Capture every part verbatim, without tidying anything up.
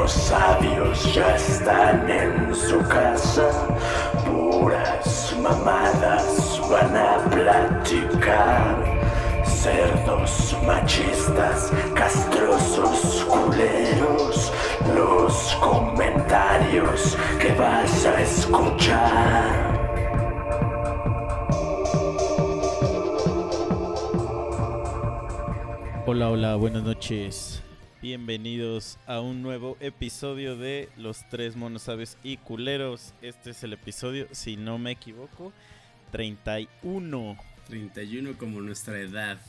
Los sabios ya están en su casa, puras mamadas van a platicar. Cerdos machistas, castrosos culeros, los comentarios que vas a escuchar. Hola, hola, buenas noches. Bienvenidos a un nuevo episodio de Los Tres Monos Sabios y Culeros. Este es el episodio, si no me equivoco, treinta y uno. treinta y uno como nuestra edad.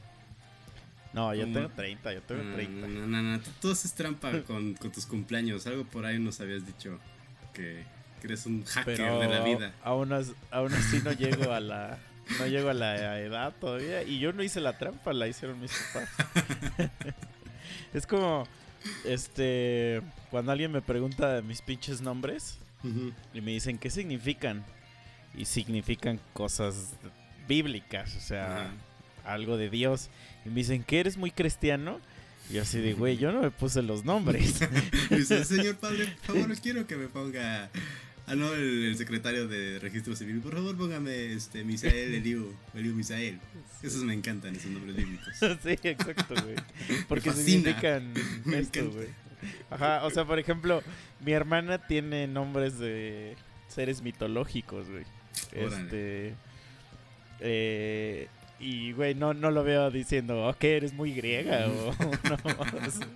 No, yo ¿Cómo? tengo treinta, yo tengo No, treinta. No, no, no, tú, tú haces trampa con, con tus cumpleaños. Algo por ahí nos habías dicho que, que eres un hacker Pero de la vida. a- aún, as- aún así no llego a la no llego a la edad todavía. Y yo no hice la trampa, la hicieron mis papás. Es como, este, cuando alguien me pregunta mis pinches nombres Uh-huh. y me dicen qué significan. Y significan cosas bíblicas, o sea, Ajá. algo de Dios. Y me dicen que eres muy cristiano. Y yo así de, güey, yo no me puse los nombres. Dice, señor padre, por favor, quiero que me ponga. Ah, no, el, el secretario de registro civil, por favor, póngame este Misael Eliu, Eliu Misael. Esos me encantan, esos nombres bíblicos. Sí, exacto, güey. Porque fascina. significan Me esto, encanta. güey. Ajá, o sea, por ejemplo, mi hermana tiene nombres de seres mitológicos, güey. Órale. Este. Eh, y, güey, no, no lo veo diciendo, ok, eres muy griega o no, o sea,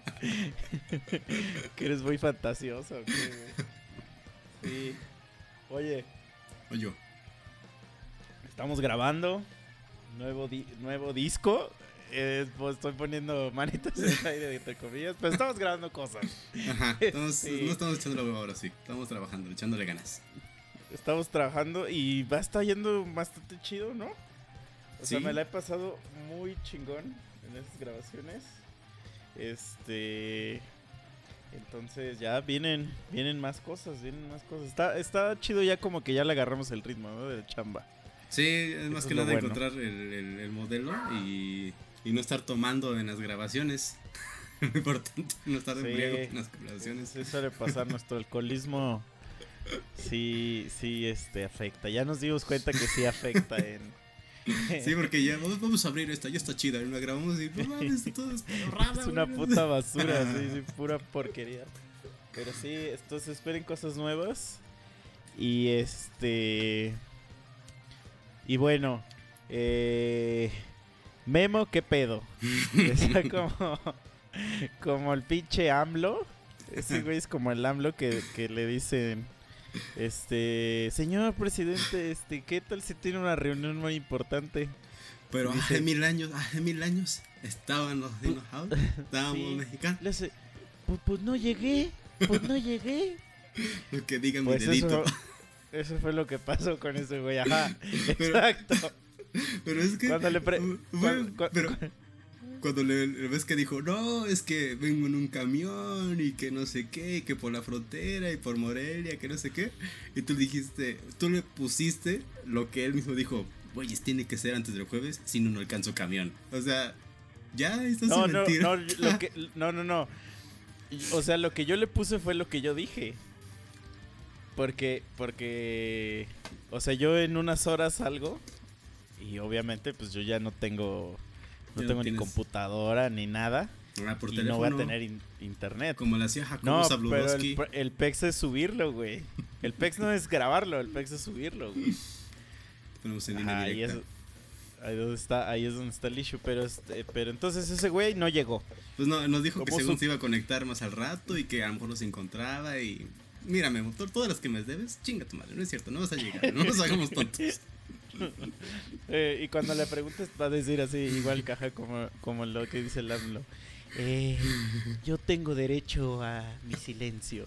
que eres muy fantasioso, ¿o qué, güey? Sí. Oye, O yo. estamos grabando nuevo di- nuevo disco. Eh, pues estoy poniendo manitas en el aire entre comillas, pero estamos grabando cosas. Ajá, estamos, Sí. no estamos echando la hueva ahora sí, estamos trabajando, echándole ganas. Estamos trabajando y va a estar yendo bastante chido, ¿no? O sea, Sí. me la he pasado muy chingón en esas grabaciones. Este, entonces ya vienen vienen más cosas, vienen más cosas. Está está chido ya, como que ya le agarramos el ritmo, ¿no? De chamba. Sí, es más Eso que es lo nada bueno. encontrar el, el- el modelo y, y no estar tomando en las grabaciones. Lo importante, no estar Sí. embriago en las grabaciones. Sí, suele pasar. Nuestro alcoholismo sí, sí, este, afecta. Ya nos dimos cuenta que sí afecta en... Sí, porque ya vamos, vamos a abrir esta, ya está chida. Y la grabamos y no mames, todo es pedorrada, Es una güey. puta basura, sí, sí, pura porquería. Pero sí, entonces esperen cosas nuevas. Y este... Y bueno, eh... Memo, ¿qué pedo? Está como... Como el pinche AMLO. Ese güey es como el AMLO que, que le dicen... Este... Señor presidente, este, ¿qué tal si tiene una reunión muy importante? Pero Dice- hace mil años, hace mil años estaban los dinosaurios, estábamos Sí. mexicanos. Le hace, pues, pues no llegué, pues no llegué. Lo que digan Pues mi dedito. eso, eso fue lo que pasó con ese güey, ajá, Pero- exacto. Pero es que. Cuando le pre- bueno, cuan- cuan- pero cuando le, le ves que dijo, no, es que vengo en un camión y que no sé qué, y que por la frontera y por Morelia, que no sé qué. Y tú dijiste, tú le pusiste lo que él mismo dijo, güeyes, tiene que ser antes del jueves, si no, no alcanzo camión. O sea, ya estás No, sin no, mentira. no, lo que, no, no, no. O sea, lo que yo le puse fue lo que yo dije. Porque, porque, o sea, yo en unas horas salgo y obviamente pues yo ya no tengo, no Ya no tengo ni tienes- computadora ni nada. Ah, por Y teléfono, no voy a tener in- internet. como le hacía Jacobo No, pero Zabludowski. el, el pex es subirlo, güey. El pex no es grabarlo, el pex es subirlo, güey. Ponemos en línea Ajá, ahí, es, directa. ahí, donde está, ahí es donde está el issue. Pero, este, pero entonces ese güey no llegó. Pues no, nos dijo que ¿Cómo según su- se iba a conectar más al rato y que a lo mejor nos encontraba y... Mírame, to- todas las que me debes, chinga tu madre, no es cierto, no vas a llegar, no nos hagamos tontos. Eh, y cuando le preguntes va a decir así, igual caja como, como lo que dice el AMLO. Eh, yo tengo derecho a mi silencio.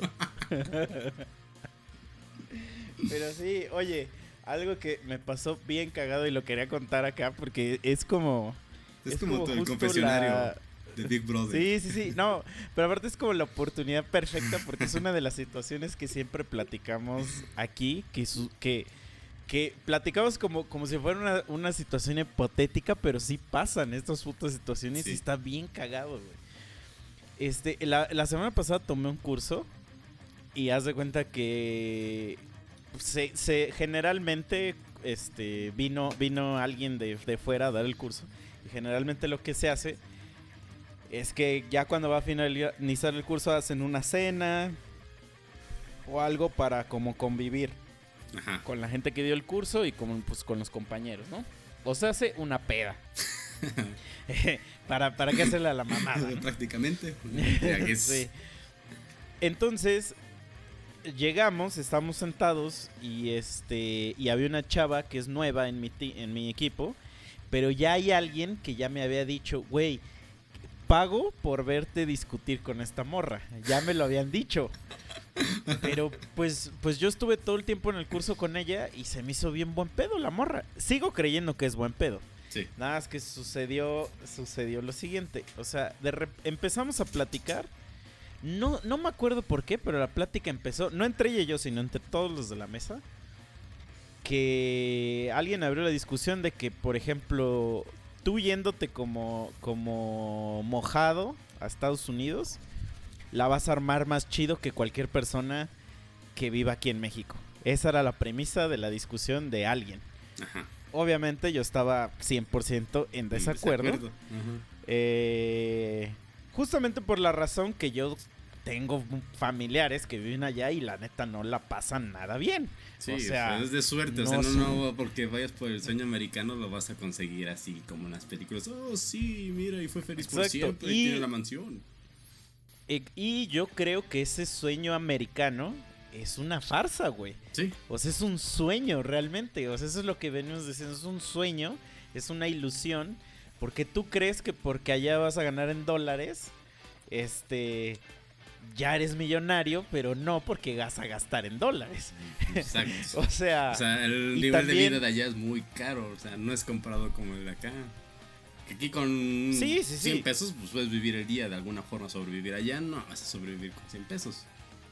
Pero sí, oye, algo que me pasó bien cagado y lo quería contar acá porque es como... Es, como, todo el justo confesionario la- de Big Brother. Sí, sí, sí, no, pero aparte es como la oportunidad perfecta porque es una de las situaciones que siempre platicamos aquí, que, su- que, que platicamos como, como si fuera una, una situación hipotética, pero sí pasan estas putas situaciones Sí. y está bien cagado, güey. Este, la, la semana pasada tomé un curso y haz de cuenta que se, se generalmente este, vino, vino alguien de, de fuera a dar el curso. Y generalmente lo que se hace es que ya cuando va a finalizar el curso hacen una cena o algo para como convivir. Ajá. Con la gente que dio el curso y con, pues, con los compañeros, ¿no? O se hace una peda. para, para qué hacerle a la mamada, ¿no? Prácticamente. Sí. Entonces llegamos, estamos sentados y este y había una chava que es nueva en mi ti, en mi equipo, pero ya hay alguien que ya me había dicho, güey, pago por verte discutir con esta morra. Ya me lo habían dicho. Pero pues pues yo estuve todo el tiempo en el curso con ella y se me hizo bien buen pedo la morra. Sigo creyendo que es buen pedo. Sí. Nada más que sucedió sucedió lo siguiente, o sea, de rep- empezamos a platicar. No no me acuerdo por qué, pero la plática empezó, no entre ella y yo, sino entre todos los de la mesa. Que alguien abrió la discusión de que, por ejemplo, tú yéndote como como mojado a Estados Unidos, la vas a armar más chido que cualquier persona que viva aquí en México. Esa era la premisa de la discusión de alguien. Ajá. Obviamente yo estaba cien por ciento en desacuerdo. desacuerdo. Uh-huh. Eh, justamente por la razón que yo tengo familiares que viven allá y la neta no la pasan nada bien. Sí, o sea, es de suerte. no O sea, no, sé. no porque vayas por el sueño americano lo vas a conseguir así como en las películas. Oh, sí, mira, y fue feliz por Exacto. siempre y, Y- tiene la mansión. Y, y yo creo que ese sueño americano es una farsa, güey. Sí. O sea, es un sueño realmente. O sea, eso es lo que venimos diciendo. Es un sueño, es una ilusión. Porque tú crees que porque allá vas a ganar en dólares, este, ya eres millonario, pero no porque vas a gastar en dólares. Exacto. O sea, O sea, el y nivel también- de vida de allá es muy caro. O sea, no es comparado como el de acá. Que aquí con Sí, sí, cien sí. pesos pues puedes vivir el día de alguna forma, sobrevivir. Allá no vas a sobrevivir con cien pesos.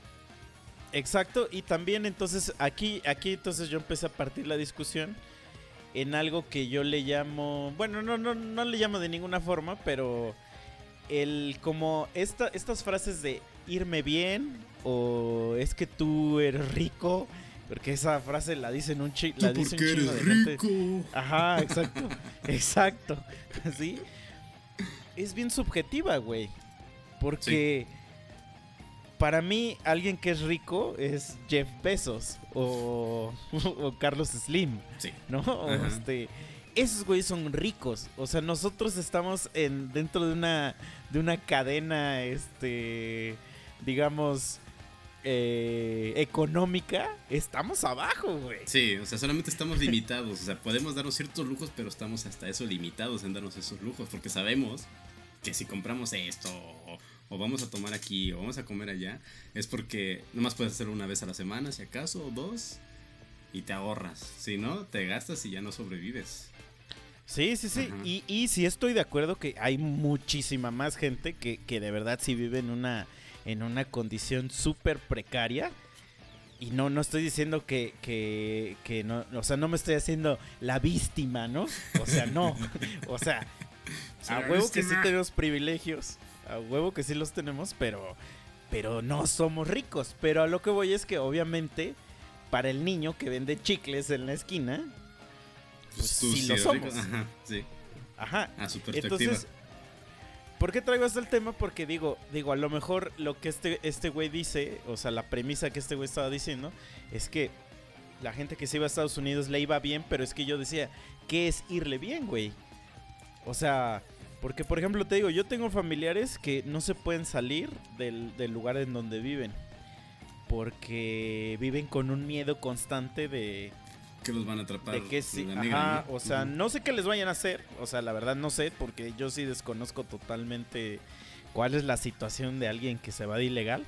exacto, y también entonces aquí, aquí entonces yo empecé a partir la discusión en algo que yo le llamo, bueno, no, no, no le llamo de ninguna forma, pero el como esta, estas frases de irme bien o es que tú eres rico, porque esa frase la dicen un chi, la ¿Tú dice por un qué chingo eres de gente. rico? Ajá, exacto, exacto, ¿sí? Es bien subjetiva, güey, porque para mí alguien que es rico es Jeff Bezos o, o Carlos Slim, Sí. ¿no? O Ajá. este, esos güeyes son ricos, o sea, nosotros estamos en dentro de una de una cadena, este, digamos, eh, económica, estamos abajo, güey. Sí, o sea, solamente estamos limitados. O sea, podemos darnos ciertos lujos, pero estamos hasta eso limitados en darnos esos lujos. Porque sabemos que si compramos esto, o, o vamos a tomar aquí, o vamos a comer allá, es porque nomás puedes hacerlo una vez a la semana, si acaso, o dos, y te ahorras. Si no, te gastas y ya no sobrevives. Sí, sí, sí. Ajá. Y, y sí estoy de acuerdo que hay muchísima más gente que, que de verdad sí vive en una, en una condición súper precaria. Y no, no estoy diciendo que, que, que no, o sea, no me estoy haciendo la víctima, ¿no? O sea, no. O sea, a la huevo que sí víctima. tenemos privilegios. A huevo que sí los tenemos, pero, pero no somos ricos. Pero a lo que voy es que obviamente para el niño que vende chicles en la esquina, pues tú sí lo eres somos. rico. Ajá, sí. Ajá. A su perspectiva. Entonces, ¿por qué traigo hasta el tema? Porque digo, digo, a lo mejor lo que este este güey dice, o sea, la premisa que este güey estaba diciendo, es que la gente que se iba a Estados Unidos le iba bien, pero es que yo decía, ¿qué es irle bien, güey? O sea, porque por ejemplo te digo, yo tengo familiares que no se pueden salir del, del lugar en donde viven, porque viven con un miedo constante de... Que los van a atrapar. De que sí, la migra, ajá, ¿no? o sea, Ujú. no sé qué les vayan a hacer, o sea, la verdad no sé, porque yo sí desconozco totalmente cuál es la situación de alguien que se va de ilegal,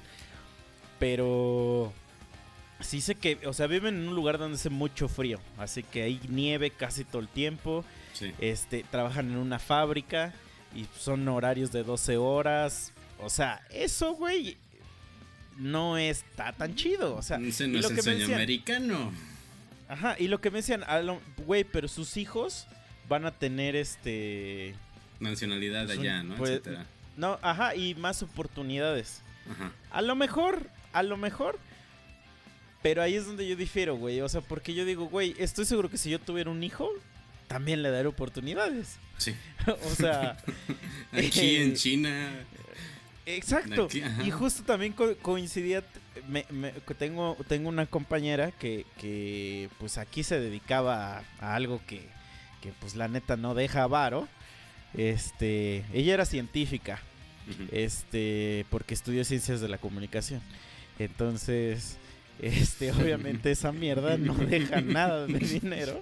pero sí sé que, o sea, viven en un lugar donde hace mucho frío, así que hay nieve casi todo el tiempo, Sí. este, trabajan en una fábrica y son horarios de doce horas, o sea, eso, güey, no está tan chido, o sea, Ese y no es lo el que me sueño decían- americano. Ajá, y lo que me decían, a lo- güey, pero sus hijos van a tener este... Nacionalidad Pues, allá, un- ¿no? pues, Etcétera. No, ajá, y más oportunidades. Ajá. A lo mejor, a lo mejor. Pero ahí es donde yo difiero, güey. O sea, porque yo digo, güey, estoy seguro que si yo tuviera un hijo, también le daré oportunidades. Sí. O sea... Aquí eh, en China... Exacto. Aquí, y justo también co- coincidía, me, me, tengo, tengo una compañera que, que pues aquí se dedicaba a, a algo que, que pues la neta no deja varo. Este, ella era científica, uh-huh. este, porque estudió ciencias de la comunicación. Entonces, este, obviamente esa mierda no deja nada de dinero.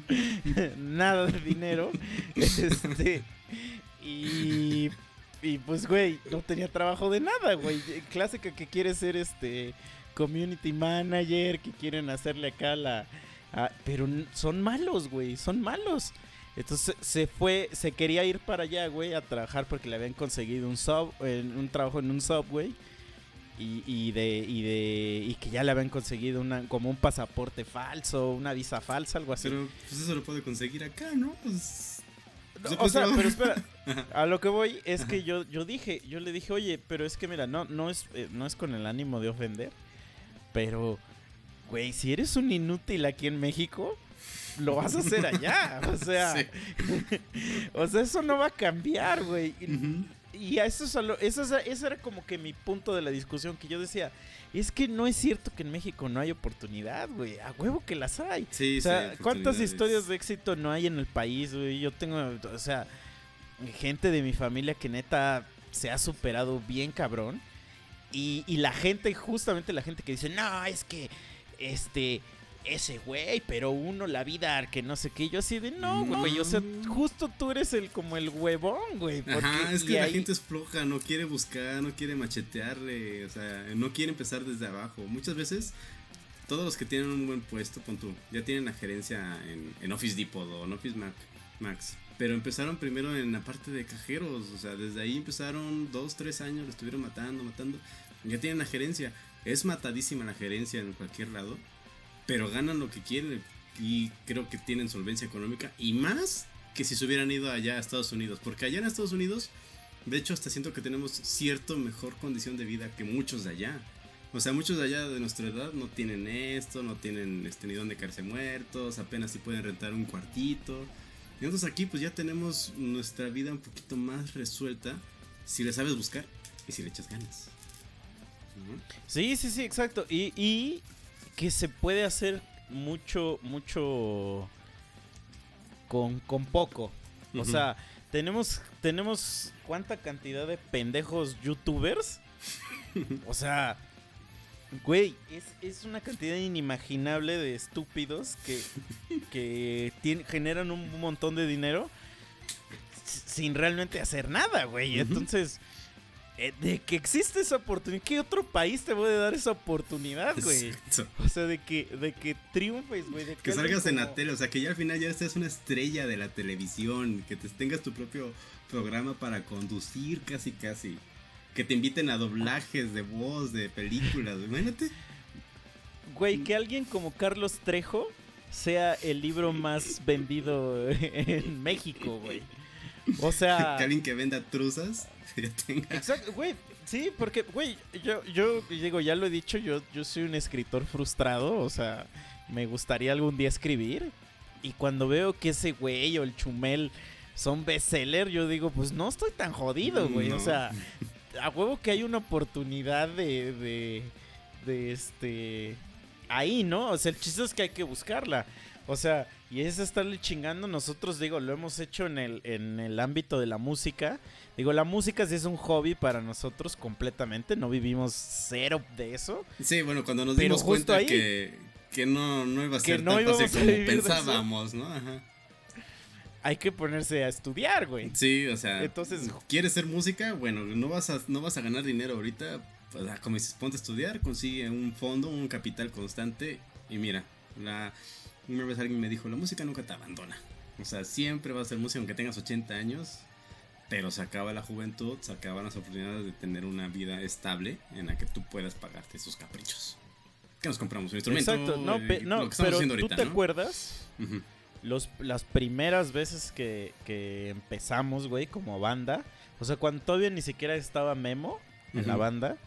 Nada de dinero. Este, y... Y pues, güey, no tenía trabajo de nada, güey. Clásica que quiere ser este community manager, que quieren hacerle acá la... A, pero son malos, güey, son malos. Entonces se fue, se quería ir para allá, güey, a trabajar porque le habían conseguido un sub, un trabajo en un subway. Y, y de y de y que ya le habían conseguido una como un pasaporte falso, una visa falsa, algo así. Pero pues eso lo puede conseguir acá, ¿no? Pues... No, o sea, pero espera, a lo que voy es que yo, yo dije, yo le dije, oye, pero es que mira, no, no es, eh, no es con el ánimo de ofender, pero, güey, si eres un inútil aquí en México, lo vas a hacer allá, o sea, sí. O sea, eso no va a cambiar, güey. Y, uh-huh. y a eso solo, eso, eso era como que mi punto de la discusión, que yo decía, es que no es cierto que en México no hay oportunidad, güey. A huevo que las hay. Sí, o sea, sí, ¿cuántas historias de éxito no hay en el país, güey? Yo tengo, o sea, gente de mi familia que neta se ha superado bien cabrón. Y, y la gente, justamente la gente que dice, no, es que, este... ese güey, pero uno la vida que no sé qué, yo así de no, güey, no. O sea, justo tú eres el como el huevón, güey. Ajá, es que la ahí... gente es floja, no quiere buscar, no quiere machetearle, o sea, no quiere empezar desde abajo. Muchas veces, todos los que tienen un buen puesto, pon tú, ya tienen la gerencia en, en Office Depot o en Office Mac, Max, pero empezaron primero en la parte de cajeros, o sea, desde ahí empezaron dos, tres años, lo estuvieron matando, matando, ya tienen la gerencia. Es matadísima la gerencia en cualquier lado, pero ganan lo que quieren y creo que tienen solvencia económica y más que si se hubieran ido allá a Estados Unidos, porque allá en Estados Unidos, de hecho hasta siento que tenemos cierto mejor condición de vida que muchos de allá. O sea, muchos de allá de nuestra edad no tienen esto, no tienen este, ni dónde caerse muertos, apenas si pueden rentar un cuartito. Y entonces aquí pues ya tenemos nuestra vida un poquito más resuelta si le sabes buscar y si le echas ganas. ¿No? Sí, sí, sí, exacto. Y... y... que se puede hacer mucho, mucho con, con poco. Uh-huh. O sea, tenemos, tenemos cuánta cantidad de pendejos youtubers. O sea, güey, es, es una cantidad inimaginable de estúpidos que, que tiene, generan un montón de dinero sin realmente hacer nada, güey. Uh-huh. Entonces... de que existe esa oportunidad, ¿qué otro país te puede dar esa oportunidad, güey? Exacto. O sea, de que, de que triunfes, güey. Que salgas como... en la tele, o sea, que ya al final ya estés una estrella de la televisión, que te tengas tu propio programa para conducir casi, casi. Que te inviten a doblajes de voz, de películas, imagínate. Güey, que alguien como Carlos Trejo sea el libro más vendido en México, güey. O sea... que alguien que venda truzas... Tenga. Exacto, güey, sí, porque, güey, yo, yo digo, ya lo he dicho, yo, yo soy un escritor frustrado, o sea, me gustaría algún día escribir, y cuando veo que ese güey o el Chumel son bestseller, yo digo, pues no estoy tan jodido, güey, no. O sea, a huevo que hay una oportunidad de, de, de este, ahí, ¿no? O sea, el chiste es que hay que buscarla. O sea, y es estarle chingando. Nosotros, digo, lo hemos hecho en el, en el ámbito de la música. Digo, la música sí es un hobby para nosotros completamente. No vivimos cero de eso. Sí, bueno, cuando nos dimos cuenta ahí, que, que no, no iba a ser no tan fácil como pensábamos, ¿no? Ajá. Hay que ponerse a estudiar, güey. Sí, o sea, entonces, ¿quieres ser música? Bueno, no vas a, no vas a ganar dinero ahorita. Pues, como dices, ponte a estudiar, consigue un fondo, un capital constante. Y mira, la... una vez alguien me dijo, la música nunca te abandona. O sea, siempre vas a ser música aunque tengas ochenta años. Pero se acaba la juventud, se acaban las oportunidades de tener una vida estable en la que tú puedas pagarte esos caprichos. ¿Qué nos compramos? Un instrumento. Exacto, no, pe- no pero ahorita, ¿tú te ¿no? acuerdas? Uh-huh. Los, las primeras veces que, que empezamos, güey, como banda, O sea, cuando todavía ni siquiera estaba Memo en uh-huh. la banda.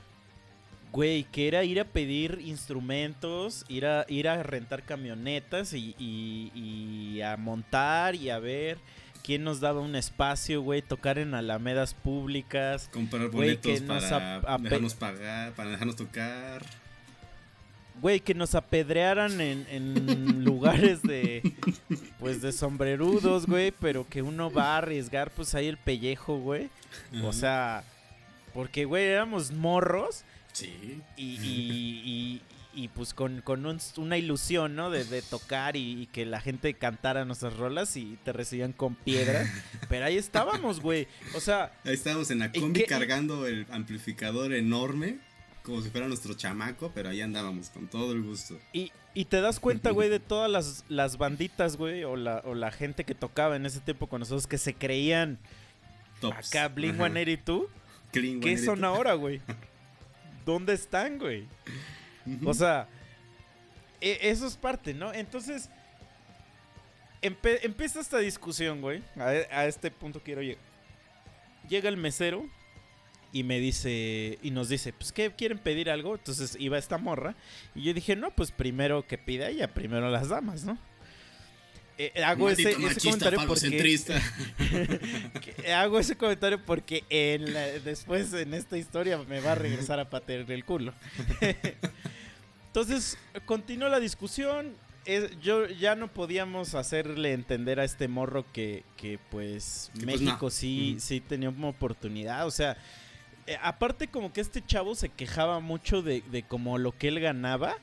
Güey, que era ir a pedir instrumentos, ir a, ir a rentar camionetas y, y, y a montar y a ver quién nos daba un espacio, güey, tocar en alamedas públicas. Comprar boletos wey, para ap- dejarnos pagar, para dejarnos tocar. Güey, que nos apedrearan en, en lugares de, pues, de sombrerudos, güey, pero que uno va a arriesgar, pues, ahí el pellejo, güey. Uh-huh. O sea, porque, güey, éramos morros. Sí. Y, y, y, y pues con, con un, una ilusión, ¿no? De, de tocar y, y que la gente cantara nuestras rolas y te recibían con piedras. Pero ahí estábamos, güey. O sea... Ahí estábamos en la combi que, cargando el amplificador enorme, como si fuera nuestro chamaco, pero ahí andábamos con todo el gusto. Y, y te das cuenta, güey, de todas las, las banditas, güey, o la, o la gente que tocaba en ese tiempo con nosotros que se creían Tops. Acá Blink ciento ochenta y dos. Clean ¿Qué son ahora, güey? ¿Dónde están, güey? Uh-huh. O sea, e- eso es parte, ¿no? Entonces, empe- empieza esta discusión, güey. A, a este punto quiero llegar. Llega el mesero y me dice, y nos dice, pues, ¿qué quieren pedir algo? Entonces iba esta morra. Y yo dije, no, pues primero que pida ella, primero las damas, ¿no? Eh, hago ese, ese comentario porque hago ese comentario porque en la, después en esta historia me va a regresar a patear el culo. Entonces continuó la discusión. Es, yo ya no podíamos hacerle entender a este morro que, que pues que México pues no. sí, uh-huh. sí tenía una oportunidad. O sea, eh, aparte como que este chavo se quejaba mucho de, de como lo que él ganaba.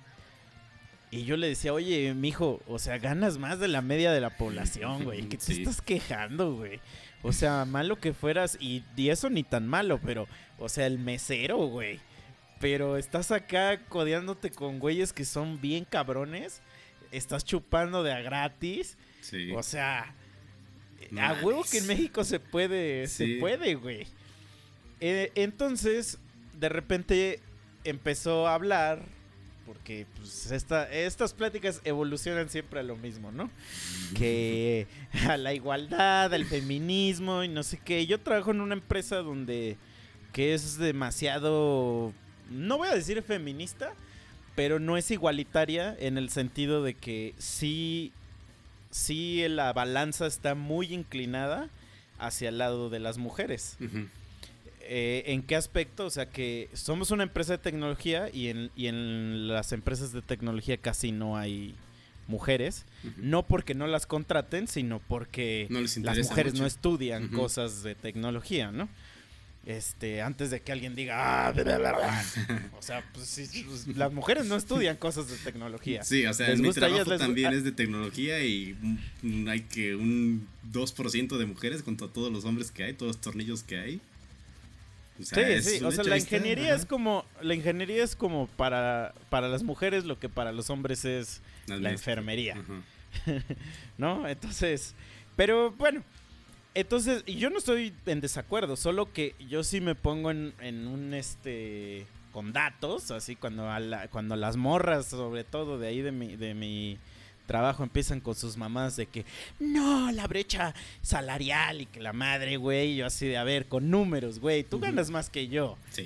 Y yo le decía, oye, mijo, o sea, ganas más de la media de la población, güey. ¿Qué te sí. estás quejando, güey? O sea, malo que fueras, y, y eso ni tan malo, pero, o sea, el mesero, güey. Pero estás acá codeándote con güeyes que son bien cabrones. Estás chupando de a gratis. Sí. O sea, nice. A huevo que en México se puede, sí. se puede, güey. Eh, entonces, de repente empezó a hablar... Porque pues esta, estas pláticas evolucionan siempre a lo mismo, ¿no? Que a la igualdad, al feminismo y no sé qué. Yo trabajo en una empresa donde que es demasiado, no voy a decir feminista, pero no es igualitaria en el sentido de que sí, sí la balanza está muy inclinada hacia el lado de las mujeres. Uh-huh. Eh, ¿En qué aspecto? O sea que somos una empresa de tecnología y en, y en las empresas de tecnología casi no hay mujeres. Uh-huh. No porque no las contraten, sino porque no les las mujeres mucho. no estudian uh-huh. cosas de tecnología, ¿no? Este, antes de que alguien diga, ah, bla, bla, bla. O sea, pues, sí, pues las mujeres no estudian cosas de tecnología. Sí, o sea, les mi trabajo les... también es de tecnología y hay que un dos por ciento de mujeres contra todos los hombres que hay, todos los tornillos que hay. O sea, sí, sí, o sea, la ingeniería es como la ingeniería es como para para las mujeres lo que para los hombres es la, la enfermería. Uh-huh. ¿No? Entonces, pero bueno, entonces yo no estoy en desacuerdo, solo que yo sí me pongo en, en un este con datos, así cuando a la, cuando las morras, sobre todo de ahí de mi de mi trabajo, empiezan con sus mamás de que no, la brecha salarial y que la madre, güey, yo así de, a ver, con números, güey, tú uh-huh. ganas más que yo. Sí.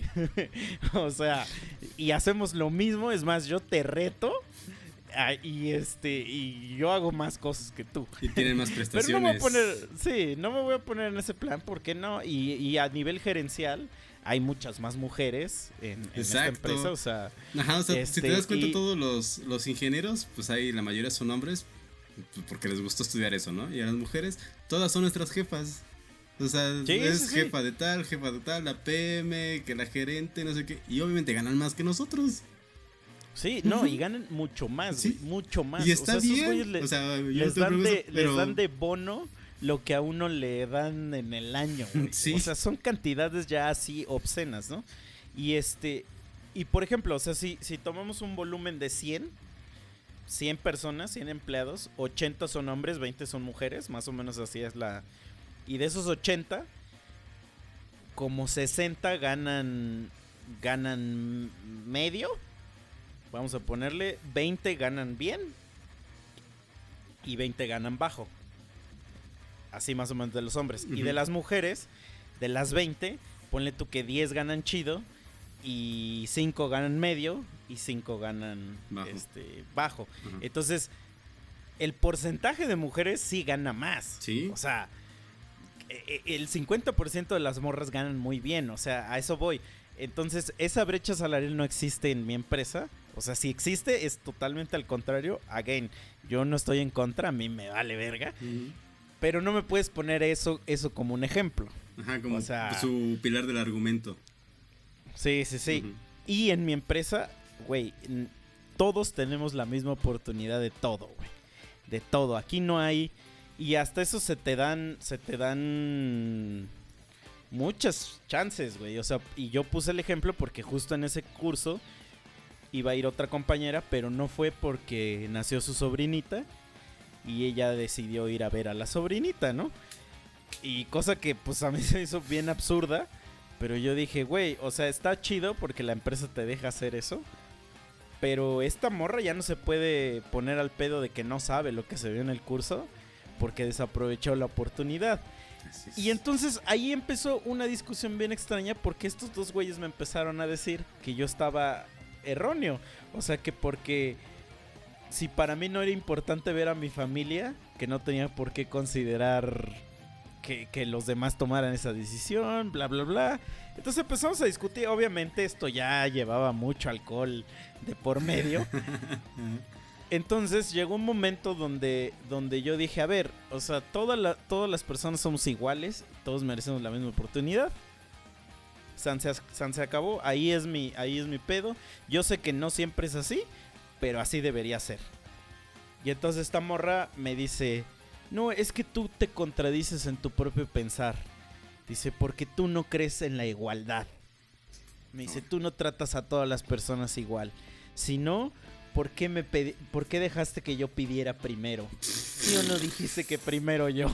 O sea, y hacemos lo mismo, es más, yo te reto a, y este y yo hago más cosas que tú. Y tienen más prestaciones. Pero no me voy a poner, sí, no me voy a poner en ese plan, ¿por qué no? Y, y a nivel gerencial hay muchas más mujeres en, en esta empresa, o sea... Ajá, o sea, este, si te das cuenta, y... todos los, los ingenieros, pues ahí la mayoría son hombres, porque les gustó estudiar eso, ¿no? Y a las mujeres, todas son nuestras jefas. O sea, sí, es sí, jefa sí. de tal, jefa de tal, la P M, que la gerente, no sé qué, y obviamente ganan más que nosotros. Sí, no, uh-huh. y ganan mucho más, sí. mucho más. Y está o sea, bien, le, o sea, yo les, dan de, eso, pero... les dan de bono lo que a uno le dan en el año, güey. Sí. O sea, son cantidades ya así obscenas, ¿no? Y este, y por ejemplo, o sea, si, si tomamos un volumen de cien, cien personas, cien empleados, ochenta son hombres, veinte son mujeres, más o menos así es la... Y de esos ochenta, como sesenta ganan, ganan medio, vamos a ponerle, veinte ganan bien y veinte ganan bajo. Así más o menos de los hombres. Uh-huh. Y de las mujeres, de las veinte, ponle tú que diez ganan chido y cinco ganan medio y cinco ganan bajo. Este, bajo. Uh-huh. Entonces, el porcentaje de mujeres sí gana más. Sí. O sea, el cincuenta por ciento de las morras ganan muy bien, o sea, a eso voy. Entonces, esa brecha salarial no existe en mi empresa. O sea, si existe, es totalmente al contrario. Again, yo no estoy en contra, a mí me vale verga. Uh-huh. Pero no me puedes poner eso, eso como un ejemplo. Ajá, como o sea, su pilar del argumento. Sí, sí, sí. Uh-huh. Y en mi empresa, güey, todos tenemos la misma oportunidad de todo, güey. De todo. Aquí no hay... Y hasta eso se te dan, se te dan muchas chances, güey. O sea, y yo puse el ejemplo porque justo en ese curso iba a ir otra compañera, pero no fue porque nació su sobrinita y ella decidió ir a ver a la sobrinita, ¿no? Y cosa que pues a mí se hizo bien absurda, pero yo dije, güey, o sea, está chido porque la empresa te deja hacer eso. Pero esta morra ya no se puede poner al pedo de que no sabe lo que se vio en el curso porque desaprovechó la oportunidad. Es. Y entonces ahí empezó una discusión bien extraña porque estos dos güeyes me empezaron a decir que yo estaba erróneo. O sea, que porque si para mí no era importante ver a mi familia, que no tenía por qué considerar que, que los demás tomaran esa decisión, bla, bla, bla. Entonces empezamos a discutir. Obviamente esto ya llevaba mucho alcohol de por medio. Entonces llegó un momento donde, donde yo dije, a ver, o sea, toda la, todas las personas somos iguales, todos merecemos la misma oportunidad. San se, San se acabó, ahí es, mi, ahí es mi pedo. Yo sé que no siempre es así, pero así debería ser. Y entonces esta morra me dice, no, es que tú te contradices en tu propio pensar. Dice, porque tú no crees en la igualdad. Me dice, tú no tratas a todas las personas igual. Si no... ¿Por qué, me pedi- ¿Por qué dejaste que yo pidiera primero? ¿Sí o no dijiste que primero yo?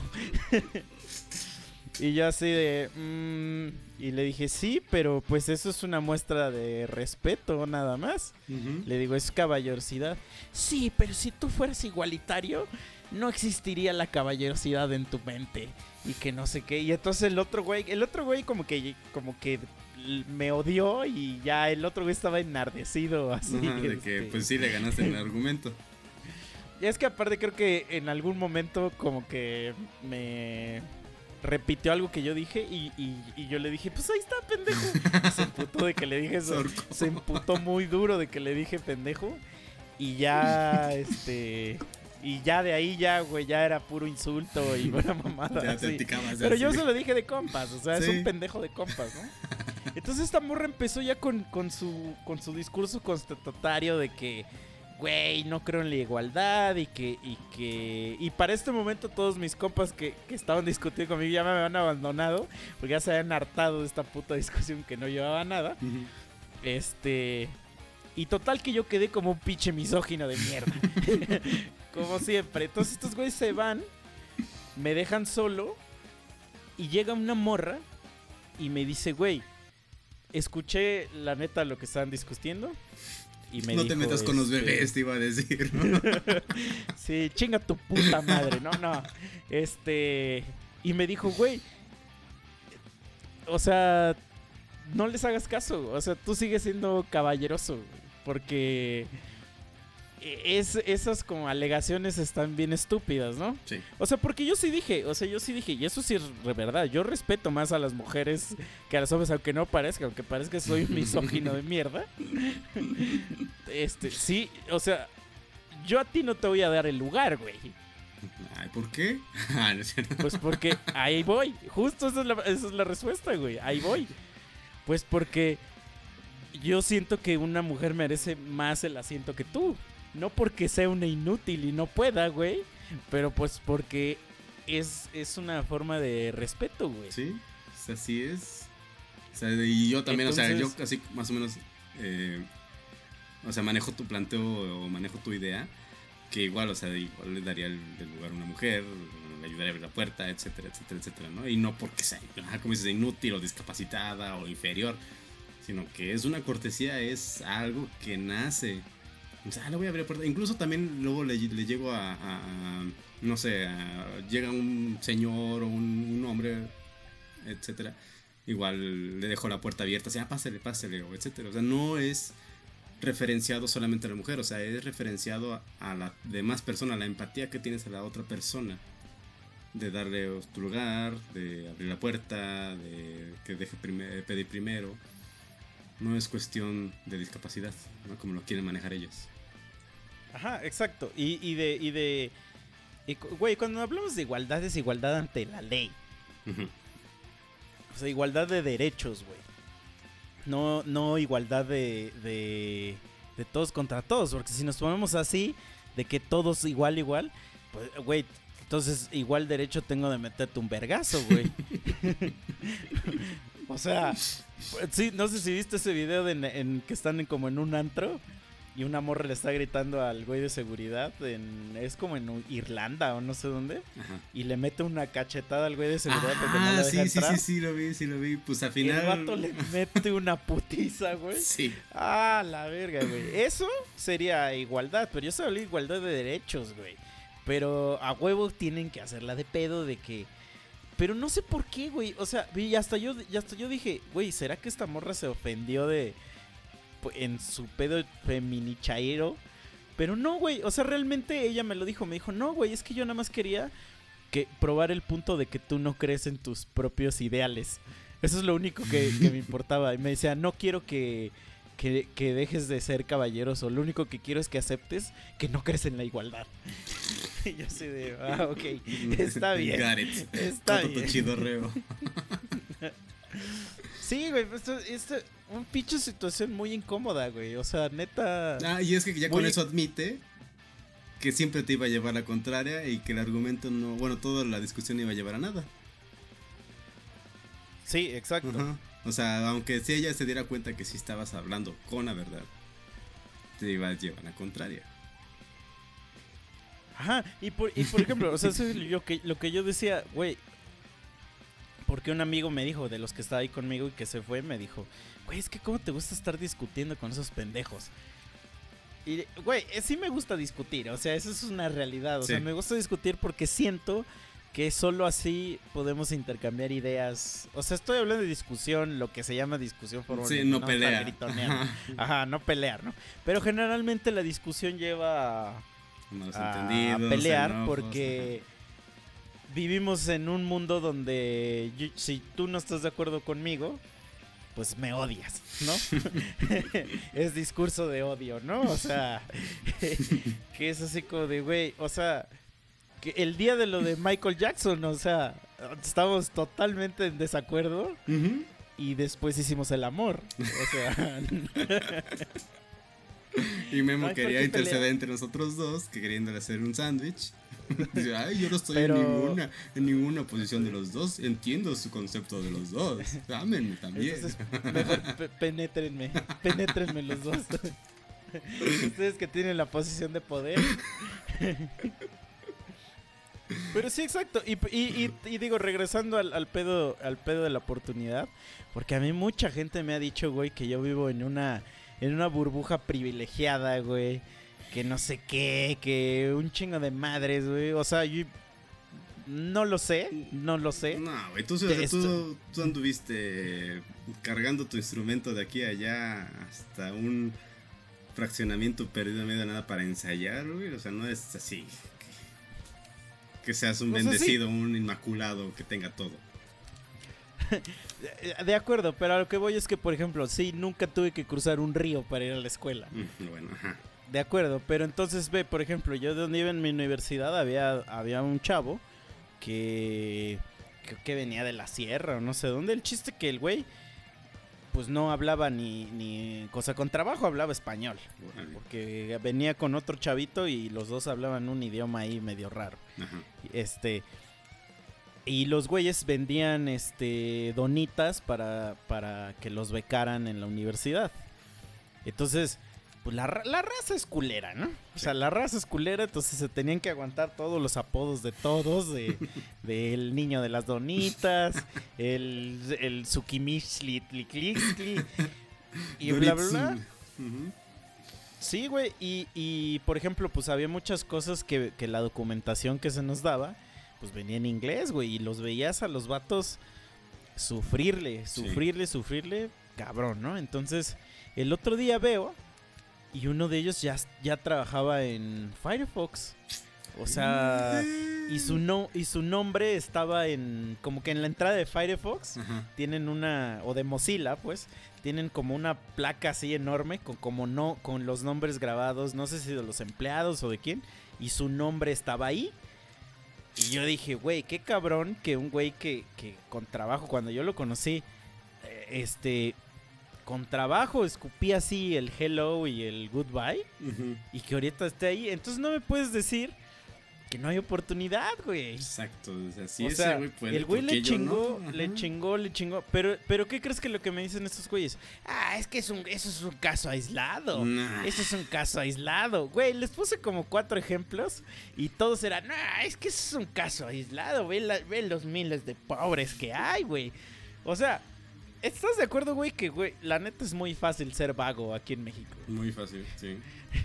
Y yo así de... Mmm, y le dije, sí, pero pues eso es una muestra de respeto, nada más. Uh-huh. Le digo, es caballerosidad. Sí, pero si tú fueras igualitario, no existiría la caballerosidad en tu mente. Y que no sé qué. Y entonces el otro güey, el otro güey como que... Como que me odió y ya el otro güey estaba enardecido así. Ajá, de este... que pues sí le ganaste el argumento. Y es que aparte creo que en algún momento como que me repitió algo que yo dije y, y, y yo le dije, pues ahí está, pendejo. Y se emputó de que le dije eso. Sorco. Se emputó muy duro de que le dije pendejo. Y ya, este... Y ya de ahí ya, güey, ya era puro insulto y buena mamada. Ya te picabas, pero así. Yo se lo dije de compas, o sea, ¿Sí? Es un pendejo de compas, ¿no? Entonces esta morra empezó ya con, con, su, con su discurso constatatario de que, güey, no creo en la igualdad y que... Y que y para este momento todos mis compas que, que estaban discutiendo conmigo ya me habían abandonado porque ya se habían hartado de esta puta discusión que no llevaba nada. Uh-huh. Este... Y total que yo quedé como un pinche misógino de mierda. Como siempre. Entonces estos güeyes se van, me dejan solo y llega una morra y me dice, güey, escuché la neta lo que estaban discutiendo. Y me no dijo, te metas con este... los bebés, te iba a decir, ¿no? Sí, chinga tu puta madre, no, no. Este... Y me dijo, güey, o sea, no les hagas caso. O sea, tú sigues siendo caballeroso, porque... Es, esas como alegaciones están bien estúpidas, ¿no? Sí. O sea, porque yo sí dije, o sea, yo sí dije, y eso sí es de verdad, yo respeto más a las mujeres que a los hombres, aunque no parezca, aunque parezca que soy un misógino de mierda. Este, sí, o sea, yo a ti no te voy a dar el lugar, güey. Ay, ¿por qué? Pues porque ahí voy, justo esa es la, esa es la respuesta, güey, ahí voy. Pues porque yo siento que una mujer merece más el asiento que tú. No porque sea una inútil y no pueda, güey, pero pues porque es, es una forma de respeto, güey. Sí, pues así es. O sea, y yo también, Entonces, o sea, yo casi más o menos, eh, o sea, manejo tu planteo o manejo tu idea, que igual, o sea, igual le daría el, el lugar a una mujer, le ayudaría a abrir la puerta, etcétera, etcétera, etcétera, ¿no? Y no porque sea, como dices, inútil o discapacitada o inferior, sino que es una cortesía, es algo que nace. O sea, le voy a abrir la puerta. Incluso también luego le, le llego a, a, a, no sé, a, llega un señor o un, un hombre etcétera, igual le dejó la puerta abierta, o sea, pásale, pásale, o etcétera. O sea, no es referenciado solamente a la mujer, o sea, es referenciado a, a la demás persona, la empatía que tienes a la otra persona, de darle tu lugar, de abrir la puerta, de que deje primer, pedir primero. No es cuestión de discapacidad, ¿no? Como lo quieren manejar ellos. Ajá, exacto. Y, y de, y de, y, güey, cuando hablamos de igualdad es igualdad ante la ley. Uh-huh. O sea, igualdad de derechos, güey. No, no igualdad de, de, de todos contra todos, porque si nos ponemos así, de que todos igual, igual, pues, güey, entonces igual derecho tengo de meterte un vergazo, güey. O sea, sí, no sé si viste ese video de en, en que están en, como en un antro y una morra le está gritando al güey de seguridad, en, es como en Irlanda o no sé dónde. Ajá. Y le mete una cachetada al güey de seguridad ah, porque no lo deja sí, entrar. sí, sí, sí, lo vi, sí lo vi. Pues al final... Y el vato le mete una putiza, güey. Sí. Ah, la verga, güey. Eso sería igualdad, pero yo sabía igualdad de derechos, güey. Pero a huevo tienen que hacerla de pedo de que... Pero no sé por qué, güey. O sea, y hasta yo, y hasta yo dije, güey, ¿será que esta morra se ofendió de... en su pedo feminichairo? Pero no, güey. O sea, realmente ella me lo dijo. Me dijo, no, güey, es que yo nada más quería que probar el punto de que tú no crees en tus propios ideales. Eso es lo único que, que me importaba. Y me decía, no quiero que... Que, que dejes de ser caballeroso. Lo único que quiero es que aceptes que no crees en la igualdad. Y yo así de, ah, ok, está bien. Got it. Está Todo bien. tu chidorreo. Sí, güey, esto es un pinche situación muy incómoda, güey. O sea, neta. Ah, y es que ya muy... con eso admite que siempre te iba a llevar la contraria y que el argumento no, bueno, toda la discusión iba a llevar a nada. Sí, exacto. Ajá. O sea, aunque si ella se diera cuenta que sí estabas hablando con la verdad, te iba a llevar la contraria. Ajá, y por, y por ejemplo, o sea, eso es lo que, lo que yo decía, güey, porque un amigo me dijo, de los que estaba ahí conmigo y que se fue, me dijo, güey, es que cómo te gusta estar discutiendo con esos pendejos. Y, güey, sí me gusta discutir, o sea, eso es una realidad, o sí. sea, me gusta discutir porque siento que solo así podemos intercambiar ideas. O sea, estoy hablando de discusión, lo que se llama discusión por sí, no, no pelear. Ajá. Ajá, no pelear, ¿no? Pero generalmente la discusión lleva a, a pelear enojos, porque ajá. vivimos en un mundo donde yo, si tú no estás de acuerdo conmigo, pues me odias, ¿no? Es discurso de odio, ¿no? O sea, que es así como de, güey, o sea... que el día de lo de Michael Jackson, o sea, estábamos totalmente en desacuerdo uh-huh. y después hicimos el amor, o sea. Y Memo no quería interceder pelea. entre nosotros dos, que queriéndole hacer un sándwich. Dice, ay, yo no estoy Pero... en ninguna en ninguna posición de los dos, entiendo su concepto de los dos, ámenme también. Entonces, mejor pe- penétrenme, penétrenme los dos. Ustedes que tienen la posición de poder. Pero sí, exacto. Y, y, y, y digo, regresando al, al pedo al pedo de la oportunidad, porque a mí mucha gente me ha dicho, güey, que yo vivo en una en una burbuja privilegiada, güey, que no sé qué, que un chingo de madres, güey. O sea, yo no lo sé, no lo sé. No, güey, tú, tú, tú anduviste cargando tu instrumento de aquí a allá hasta un fraccionamiento perdido en medio de nada para ensayar, güey. O sea, no es así. Que seas un pues bendecido, así. Un inmaculado, que tenga todo. De acuerdo, pero a lo que voy es que, por ejemplo, sí, nunca tuve que cruzar un río para ir a la escuela. Bueno, ajá. De acuerdo, pero entonces ve, por ejemplo, yo de donde iba en mi universidad había, había un chavo que creo que venía de la sierra o no sé dónde. El chiste que el güey pues no hablaba ni, ni cosa con trabajo, hablaba español. Bueno. Porque venía con otro chavito y los dos hablaban un idioma ahí medio raro. Ajá. Este... Y los güeyes vendían este donitas para, para que los becaran en la universidad. Entonces, pues la, la raza es culera, ¿no? O sea, la raza es culera, entonces se tenían que aguantar todos los apodos de todos, de del niño de las donitas, el, el Tsukimichli, y bla, bla, bla. Uh-huh. Sí, güey, y, y por ejemplo, pues había muchas cosas que, que la documentación que se nos daba pues venía en inglés, güey, y los veías a los vatos sufrirle, sufrirle, sí. sufrirle, cabrón, ¿no? Entonces, el otro día veo y uno de ellos ya, ya trabajaba en Firefox. O sea, y su no y su nombre estaba en como que en la entrada de Firefox. Ajá. Tienen una o de Mozilla, pues, tienen como una placa así enorme con como no con los nombres grabados, no sé si de los empleados o de quién, y su nombre estaba ahí. Y yo dije, güey, qué cabrón que un güey que, que con trabajo, cuando yo lo conocí, eh, este, con trabajo escupía así el hello y el goodbye, uh-huh. y que ahorita esté ahí. Entonces no me puedes decir que no hay oportunidad, güey. Exacto, o sea, sí, o ese sea, güey puede. El güey le chingó, no? le chingó, le chingó. Pero, pero ¿qué crees que lo que me dicen estos güeyes? Ah, es que es un, eso es un caso aislado. Nah. Eso es un caso aislado. Güey, les puse como cuatro ejemplos y todos eran, nah, es que eso es un caso aislado. Ve, la, ve los miles de pobres que hay, güey. O sea, ¿estás de acuerdo, güey? Que, güey, la neta es muy fácil ser vago aquí en México. Muy fácil, sí.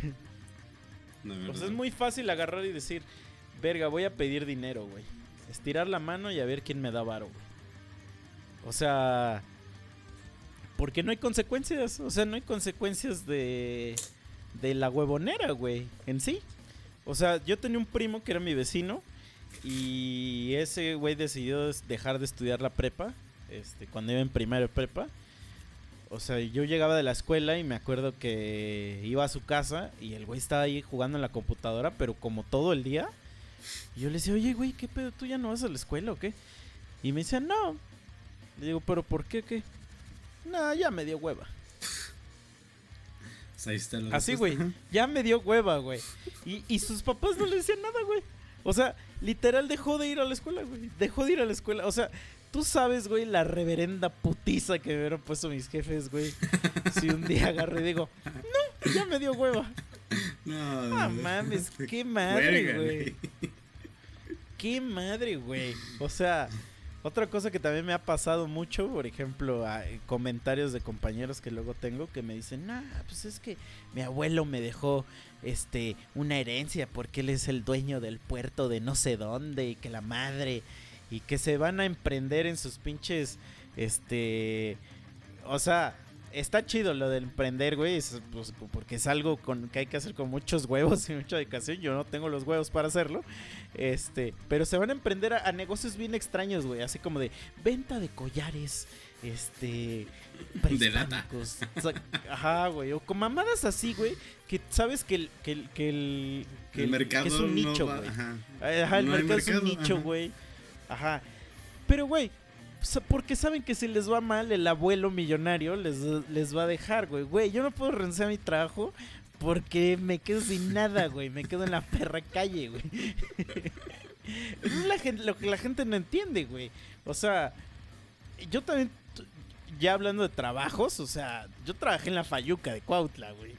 O sea, es muy fácil agarrar y decir, verga, voy a pedir dinero, güey. Estirar la mano y a ver quién me da varo, güey. O sea, porque no hay consecuencias. O sea, no hay consecuencias de, de la huevonera, güey, en sí. O sea, yo tenía un primo que era mi vecino y ese güey decidió dejar de estudiar la prepa, este, cuando iba en primero de prepa. O sea, yo llegaba de la escuela y me acuerdo que iba a su casa y el güey estaba ahí jugando en la computadora, pero como todo el día. Y yo le decía, oye, güey, ¿qué pedo? ¿Tú ya no vas a la escuela o qué? Y me decía, no. Le digo, ¿pero por qué, qué? No, ya me dio hueva. Ahí está la Así, güey, ya me dio hueva, güey. Y, y sus papás no le decían nada, güey. O sea, literal dejó de ir a la escuela, güey. Dejó de ir a la escuela. O sea, tú sabes, güey, la reverenda putiza que me hubieran puesto mis jefes, güey. Si un día agarro y digo, no, ya me dio hueva. No, no mames, qué madre, güey. Qué madre, güey. O sea, otra cosa que también me ha pasado mucho, por ejemplo, a comentarios de compañeros que luego tengo que me dicen, nah, pues es que mi abuelo me dejó este una herencia porque él es el dueño del puerto de no sé dónde y que la madre, y que se van a emprender en sus pinches, este, o sea, está chido lo del emprender, güey, es, pues, porque es algo con, que hay que hacer con muchos huevos y mucha dedicación. Yo no tengo los huevos para hacerlo. Este, pero se van a emprender a, a negocios bien extraños, güey, así como de venta de collares, este, de lata. O sea, ajá, güey, o con mamadas así, güey, que sabes que el que el que el, que el mercado que es un nicho, no va, güey. Ajá, ajá el no mercado, mercado es un nicho, güey. Ajá. Pero, güey, porque saben que si les va mal, el abuelo millonario les, les va a dejar, güey. Güey, yo no puedo renunciar a mi trabajo porque me quedo sin nada, güey. Me quedo en la perra calle, güey. Eso es la gente, lo que la gente no entiende, güey. O sea, yo también, ya hablando de trabajos, o sea, yo trabajé en la Fayuca de Cuautla, güey.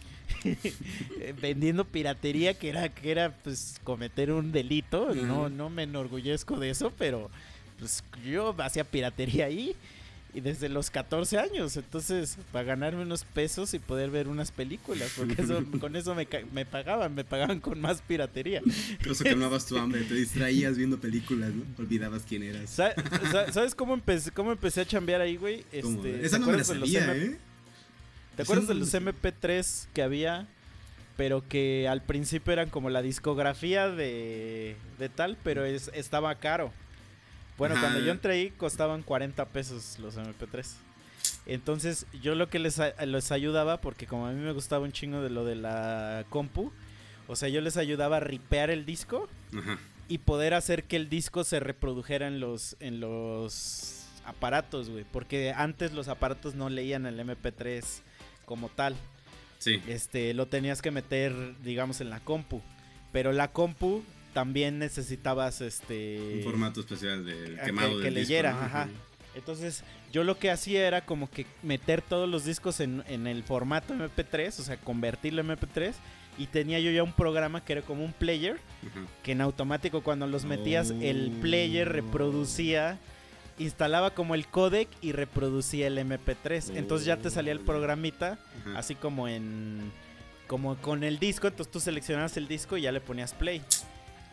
Vendiendo piratería, que era, que era pues cometer un delito. Uh-huh. No, no me enorgullezco de eso, pero pues yo hacía piratería ahí y desde los catorce años, entonces para ganarme unos pesos y poder ver unas películas, porque eso, con eso me, me pagaban, me pagaban con más piratería. Eso calmabas tu hambre, te distraías viendo películas, ¿no? Olvidabas quién eras. ¿Sabes, ¿sabes cómo empecé, cómo empecé a chambear ahí, güey? Este, esa no me la sabía, ¿eh? ¿Te acuerdas de los eme pe tres que había? Pero que al principio eran como la discografía de, de tal, pero es, estaba caro. Bueno, ajá, cuando yo entré ahí costaban cuarenta pesos los eme pe tres. Entonces yo lo que les, les ayudaba, porque como a mí me gustaba un chingo de lo de la compu, o sea, yo les ayudaba a ripear el disco, ajá, y poder hacer que el disco se reprodujera en los, en los aparatos, güey. Porque antes los aparatos no leían el eme pe tres como tal. Sí. Este, lo tenías que meter, digamos, en la compu. Pero la compu también necesitabas este un formato especial de quemado que, del que leyera, disco, ¿no? Ajá. Entonces, yo lo que hacía era como que meter todos los discos en, en el formato eme pe tres, o sea, convertirlo en eme pe tres, y tenía yo ya un programa que era como un player, uh-huh, que en automático cuando los metías, oh, el player reproducía, instalaba como el codec y reproducía el eme pe tres. Oh, entonces ya te salía el programita, uh-huh, así como en como con el disco, entonces tú seleccionabas el disco y ya le ponías play.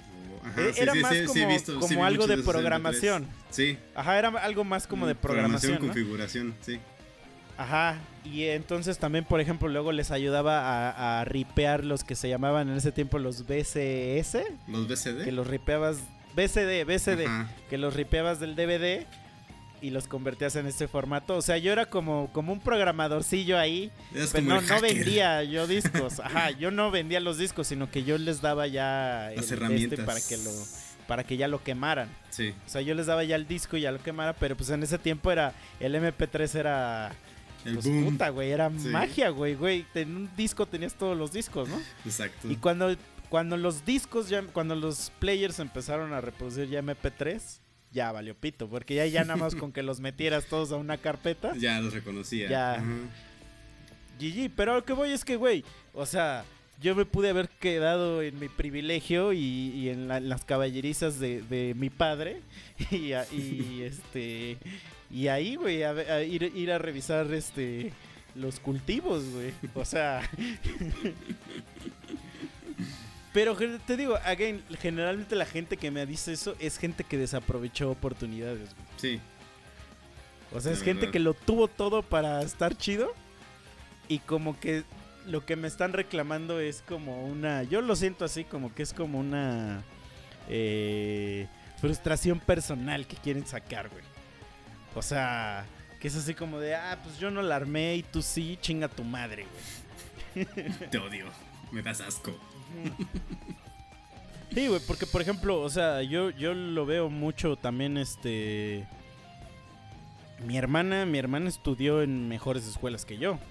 Ajá, Eh, sí, era sí, más sí, sí, como, he visto, como sí vi algo mucho de esos programación. M P tres. Sí. Ajá, era algo más como de programación, ¿no? configuración, sí. Ajá, y entonces también, por ejemplo, luego les ayudaba a, a ripear los que se llamaban en ese tiempo los B C S. ¿Los B C D? Que los ripeabas, B C D, B C D, Ajá. que los ripeabas del D V D y los convertías en este formato. O sea, yo era como, como un programadorcillo ahí, Eras pero como no, el no hacker. vendía yo discos. Ajá, yo no vendía los discos, sino que yo les daba ya Las el herramientas. este para que lo para que ya lo quemaran. Sí. O sea, yo les daba ya el disco y ya lo quemara, pero pues en ese tiempo era el M P tres era El pues, boom. puta, güey, era Sí. magia, güey, güey. En un disco tenías todos los discos, ¿no? Exacto. Y cuando cuando los discos ya cuando los players empezaron a reproducir ya M P tres, ya valió pito, porque ya ya nada más con que los metieras todos a una carpeta, Ya los reconocía. Ya. Ajá. G G, pero a lo que voy es que, güey, o sea, yo me pude haber quedado en mi privilegio y, y en, la- en las caballerizas de, de mi padre y, a- y, este y ahí, güey, a, ve- a ir, ir a revisar este los cultivos, güey. O sea, pero gen- te digo, again, generalmente la gente que me dice eso es gente que desaprovechó oportunidades, güey. Sí. O sea, De es gente verdad. que lo tuvo todo para estar chido y como que lo que me están reclamando es como una, yo lo siento así, como que es como una eh, frustración personal que quieren sacar, güey. O sea, que es así como de, ah, pues yo no la armé y tú sí, chinga tu madre, güey. Te odio. Me das asco. Sí, güey, porque por ejemplo, o sea, yo, yo lo veo mucho también, este... Mi hermana, mi hermana estudió en mejores escuelas que yo.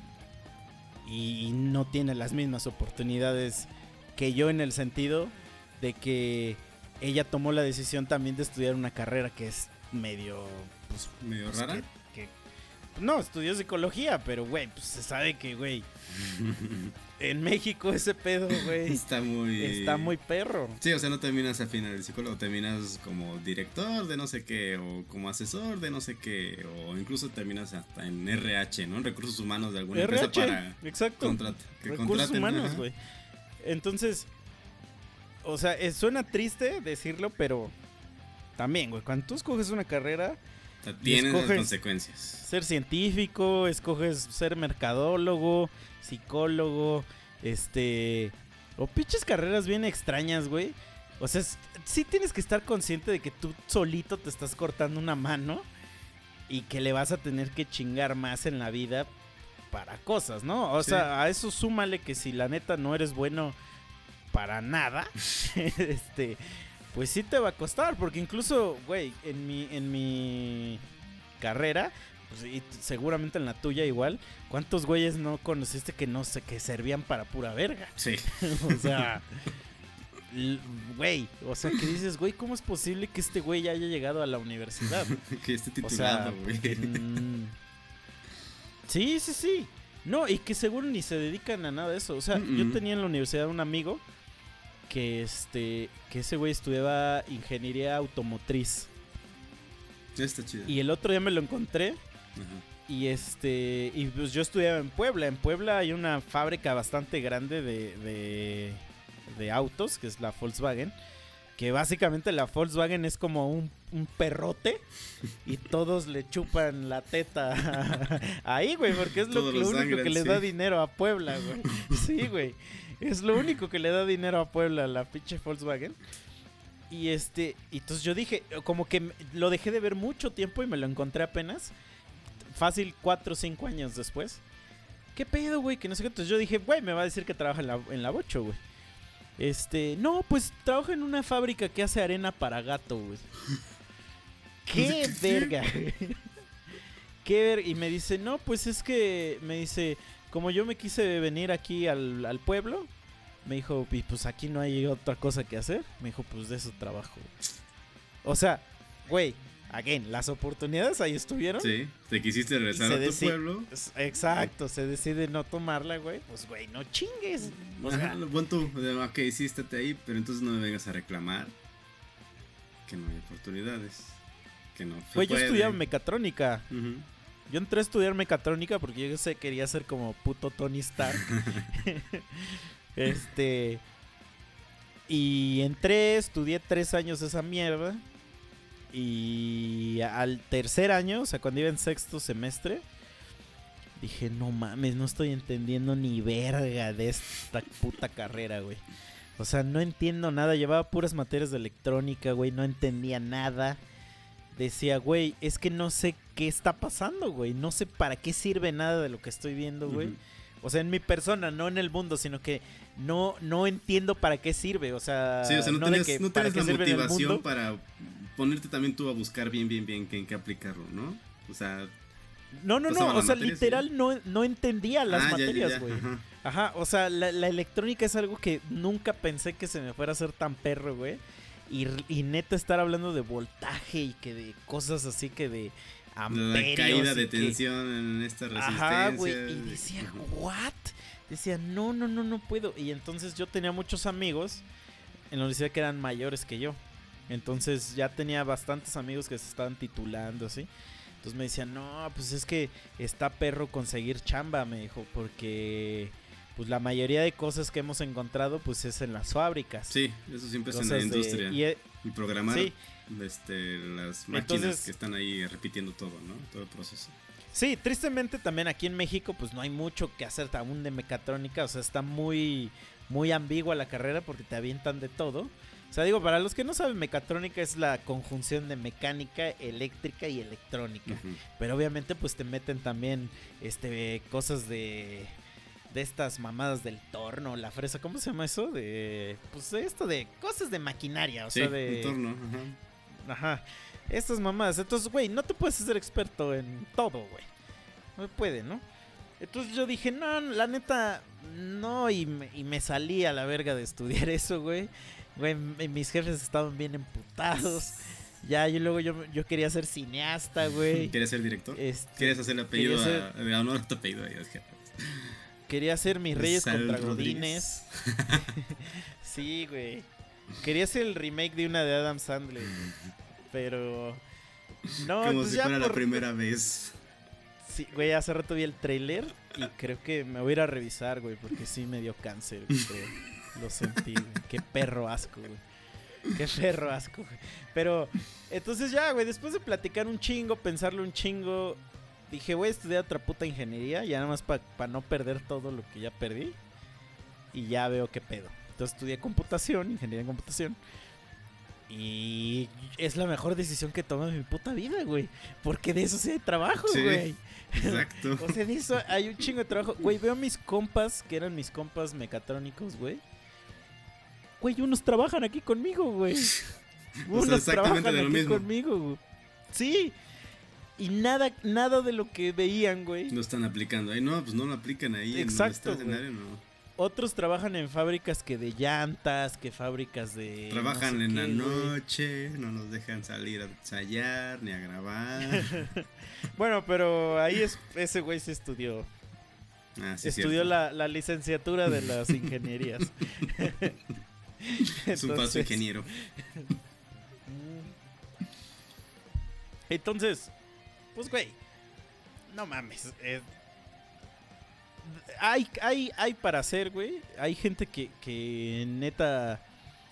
Y no tiene las mismas oportunidades que yo en el sentido de que ella tomó la decisión también de estudiar una carrera que es medio... Pues, ¿Medio pues, rara? que- que- no, estudió psicología, pero güey, pues se sabe que, güey, en México ese pedo, güey, Está muy... está muy perro. Sí, o sea, no terminas al final de psicólogo, terminas como director de no sé qué, o como asesor de no sé qué, o incluso terminas hasta en R H, ¿no? En recursos humanos de alguna R H, empresa para exacto. contrat- que Recursos contraten, humanos, ajá. güey. Entonces, o sea, eh, suena triste decirlo, pero también, güey, cuando tú escoges una carrera, O sea, tienen las escoges- consecuencias. ser científico, escoges ser mercadólogo, psicólogo, este, o pinches carreras bien extrañas, güey. O sea, es- sí tienes que estar consciente de que tú solito te estás cortando una mano y que le vas a tener que chingar más en la vida para cosas, ¿no? O Sí. sea, a eso súmale que si la neta no eres bueno para nada, este, pues sí te va a costar, porque incluso, güey, en mi, en mi carrera, pues, y t- seguramente en la tuya igual, ¿cuántos güeyes no conociste que no sé, que servían para pura verga? Sí. O sea, l- güey, o sea, que dices, güey, ¿cómo es posible que este güey ya haya llegado a la universidad? Que esté O sea, titulado, güey. porque, mm, sí, sí, sí. No, y que seguro ni se dedican a nada de eso. O sea, Mm-mm. yo tenía en la universidad un amigo que este que ese güey estudiaba ingeniería automotriz. Está chido. Y el otro día me lo encontré Ajá. y este y pues yo estudiaba en Puebla. En Puebla hay una fábrica bastante grande de de, de autos, que es la Volkswagen. Que básicamente la Volkswagen es como un, un perrote y todos le chupan la teta ahí, güey, porque es lo, Todos lo lo único sangran, que le sí. da dinero a Puebla, güey. Sí, güey. Es lo único que le da dinero a Puebla, la pinche Volkswagen. Y este, y entonces yo dije, como que me- lo dejé de ver mucho tiempo y me lo encontré apenas. Fácil cuatro o cinco años después. ¿Qué pedo, güey? Que no sé qué. Entonces yo dije, güey, me va a decir que trabaja en la, en la Bocho, güey. Este, no, pues trabaja en una fábrica que hace arena para gato, güey. ¡Qué verga! ¡Qué verga! Y me dice, no, pues es que, me dice, como yo me quise venir aquí al, al pueblo, me dijo, y pues aquí no hay otra cosa que hacer. Me dijo, pues de eso trabajo. O sea, güey, again, las oportunidades ahí estuvieron. Sí, te quisiste regresar Y a se tu deci- pueblo. Es- Exacto, se decide no tomarla, güey. Pues, güey, no chingues. O sea, Ajá, lo pon tú, de, ok, sí, estate ahí, pero entonces no me vengas a reclamar que no hay oportunidades, que no se güey, yo puede. estudiaba mecatrónica. Ujú. Yo entré a estudiar mecatrónica porque yo sé, quería ser como puto Tony Stark. Este. Y entré, estudié tres años esa mierda. Y al tercer año, o sea, cuando iba en sexto semestre, dije, no mames, no estoy entendiendo ni verga de esta puta carrera, güey. O sea, no entiendo nada. Llevaba puras materias de electrónica, güey. No entendía nada. Decía, güey, es que no sé qué está pasando, güey. No sé para qué sirve nada de lo que estoy viendo, güey. Uh-huh. O sea, en mi persona, no en el mundo, sino que no, no entiendo para qué sirve. O sea, sí, o sea no, no tenías, de que, no tenías la motivación para ponerte también tú a buscar bien, bien, bien en qué aplicarlo, ¿no? O sea... No, no, no, o sea, materias, literal ¿sí? no, no entendía las ah, materias, güey. Ajá. ajá, o sea, la, la electrónica es algo que nunca pensé que se me fuera a hacer tan perro, güey. Y, y neta estar hablando de voltaje y que de cosas así que de amperios. La caída de tensión que... en esta resistencia. Ajá, güey, y decía, ¿what? Decía, no, no, no, no puedo. Y entonces yo tenía muchos amigos en la universidad que eran mayores que yo. Entonces ya tenía bastantes amigos que se estaban titulando, así. Entonces me decían, no, pues es que está perro conseguir chamba, me dijo, porque pues la mayoría de cosas que hemos encontrado pues es en las fábricas. Sí, eso siempre es en la industria. De, y, y programar sí. este, las máquinas Entonces, que están ahí repitiendo todo, ¿no? Todo el proceso. Sí, tristemente también aquí en México pues no hay mucho que hacer aún de mecatrónica, o sea, está muy, muy ambigua la carrera porque te avientan de todo. O sea, digo, para los que no saben, mecatrónica es la conjunción de mecánica, eléctrica y electrónica. Uh-huh. Pero obviamente pues te meten también este cosas de de estas mamadas del torno, la fresa, ¿cómo se llama eso? De pues esto de cosas de maquinaria, o sí, sea, de el torno, ajá. Ajá. Estas mamadas. Entonces, güey, no te puedes hacer experto en todo, güey. No puede, ¿no? Entonces yo dije, no, la neta, no, y me, y me salí a la verga de estudiar eso, güey. Güey, mis jefes estaban bien emputados. Ya, yo luego yo, yo quería ser cineasta, güey. ¿Querías ser director? Este, ¿Querías hacer el apellido ser, a, de honor a tu apellido? Quería ser Mis Reyes Sal contra Godines. Sí, güey. Quería hacer el remake de una de Adam Sandler. Pero... No, como pues si ya fuera por... la primera vez. Sí, güey, hace rato vi el tráiler y creo que me voy a ir a revisar, güey, porque sí me dio cáncer, güey, creo. Lo sentí, güey. Qué perro asco, güey. Qué perro asco, güey. Pero, entonces ya, güey, después de platicar un chingo, pensarlo un chingo, dije, voy a estudiar otra puta ingeniería, ya nada más para pa no perder todo lo que ya perdí. Y ya veo qué pedo. Entonces estudié computación, ingeniería en computación. Y es la mejor decisión que tomé en mi puta vida, güey. Porque de eso sí hay trabajo, sí, güey. Exacto. O sea, de eso hay un chingo de trabajo. Güey, veo a mis compas, que eran mis compas mecatrónicos, güey. Güey, unos trabajan aquí conmigo, güey. Unos o sea, trabajan de lo aquí mismo. conmigo, güey. Sí. Y nada, nada de lo que veían, güey. No están aplicando ahí. No, pues no lo aplican ahí. Exacto, en el escenario, no. Otros trabajan en fábricas que de llantas, que fábricas de... Trabajan no sé en qué, la noche, güey. No nos dejan salir a ensayar ni a grabar. Bueno, pero ahí es, ese güey se estudió. Ah, sí, estudió la, la licenciatura de las ingenierías. Es Entonces, un falso ingeniero. Entonces, pues güey, no mames. Eh, hay, hay, hay para hacer, güey. Hay gente que, que neta...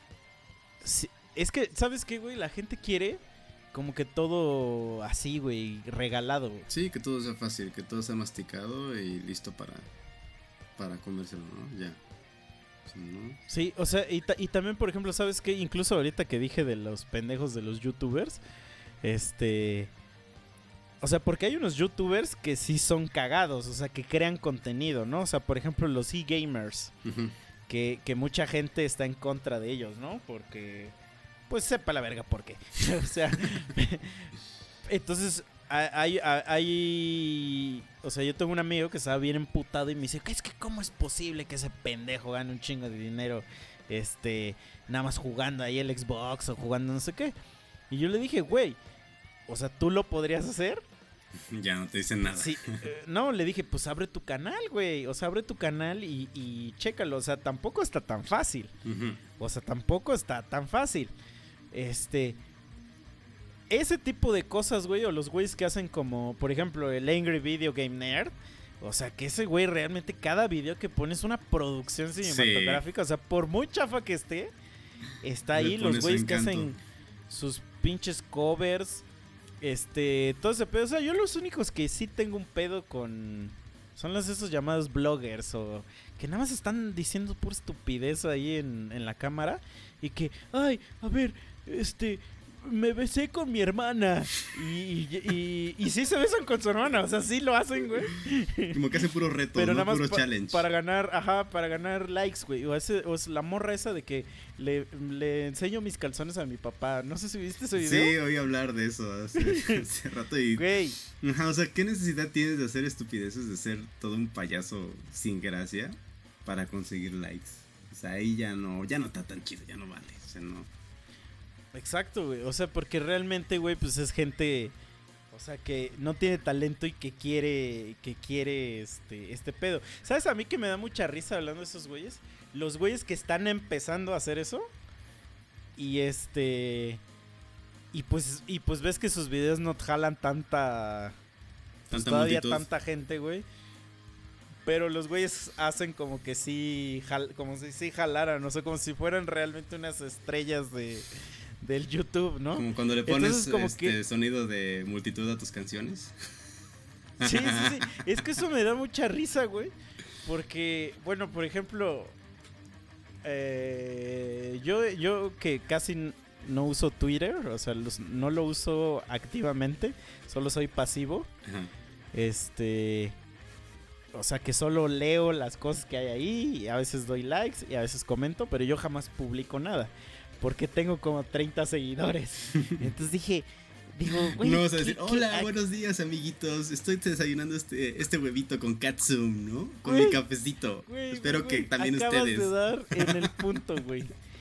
Es que, ¿sabes qué, güey? La gente quiere como que todo así, güey, regalado. Sí, que todo sea fácil, que todo sea masticado y listo para, para comérselo, ¿no? Ya. Sí, ¿no? Sí, o sea, y, ta y también, por ejemplo, ¿sabes qué? Incluso ahorita que dije de los pendejos de los youtubers, este... O sea, porque hay unos youtubers que sí son cagados, o sea, que crean contenido, ¿no? O sea, por ejemplo, los e-gamers, uh-huh. que, que mucha gente está en contra de ellos, ¿no? Porque, pues sepa la verga por qué. O sea, entonces, hay, hay, hay... O sea, yo tengo un amigo que estaba bien emputado y me dice, es que ¿cómo es posible que ese pendejo gane un chingo de dinero, este, nada más jugando ahí el Xbox o jugando no sé qué? Y yo le dije, güey, o sea, ¿tú lo podrías hacer? Ya no te dicen nada. Sí, eh, no, le dije, pues abre tu canal, güey. O sea, abre tu canal y, y chécalo. O sea, tampoco está tan fácil. Uh-huh. O sea, tampoco está tan fácil. Este... Ese tipo de cosas, güey, o los güeyes que hacen como, por ejemplo, el Angry Video Game Nerd. O sea, que ese güey realmente cada video que pone es una producción cinematográfica. Sí. O sea, por muy chafa que esté... está Le ahí, pone los su güeyes que encanto. hacen sus pinches covers, este, todo ese pedo. O sea, yo los únicos que sí tengo un pedo con son los esos llamados bloggers o que nada más están diciendo pura estupidez ahí en, en la cámara y que, ay, a ver, este, me besé con mi hermana y, y, y, y sí se besan con su hermana, o sea, sí lo hacen, güey. Como que hace puro reto, Pero ¿no? nada más Puro pa- challenge. para ganar, ajá, para ganar likes, güey. O, ese, o es la morra esa de que le, le enseño mis calzones a mi papá. No sé si viste ese video. Sí, oí hablar de eso hace, hace rato y... Güey, Ajá, o sea, ¿qué necesidad tienes de hacer estupideces, de ser todo un payaso sin gracia para conseguir likes? O sea, ahí ya no, ya no está tan chido, ya no vale, o sea, no... exacto, güey. O sea, porque realmente, güey, pues es gente, o sea, que no tiene talento y que quiere, que quiere este, este pedo. ¿Sabes a mí que me da mucha risa hablando de esos güeyes? Los güeyes que están empezando a hacer eso. Y este... Y pues, y pues ves que sus videos no jalan tanta... Pues Tanta todavía multitud. tanta gente, güey. Pero los güeyes hacen como que sí, jal- como si sí jalaran, no sé, como si fueran realmente unas estrellas de del YouTube, ¿no? Como cuando le pones Entonces, como este que- sonido de multitud a tus canciones. Sí, sí, sí. Es que eso me da mucha risa, güey. Porque, bueno, por ejemplo, eh, yo, yo que casi n- no uso Twitter, o sea, los- no lo uso activamente, solo soy pasivo. Ajá. Este, o sea, que solo leo las cosas que hay ahí y a veces doy likes y a veces comento, pero yo jamás publico nada porque tengo como treinta seguidores. Entonces dije, digo, güey, No vas a ¿qué- decir, qué- hola, a- buenos días, amiguitos. Estoy desayunando este, este huevito con Katsum, ¿no? Con Güey, mi cafecito. güey, Espero güey, que también acabas ustedes. de dar en el punto, güey.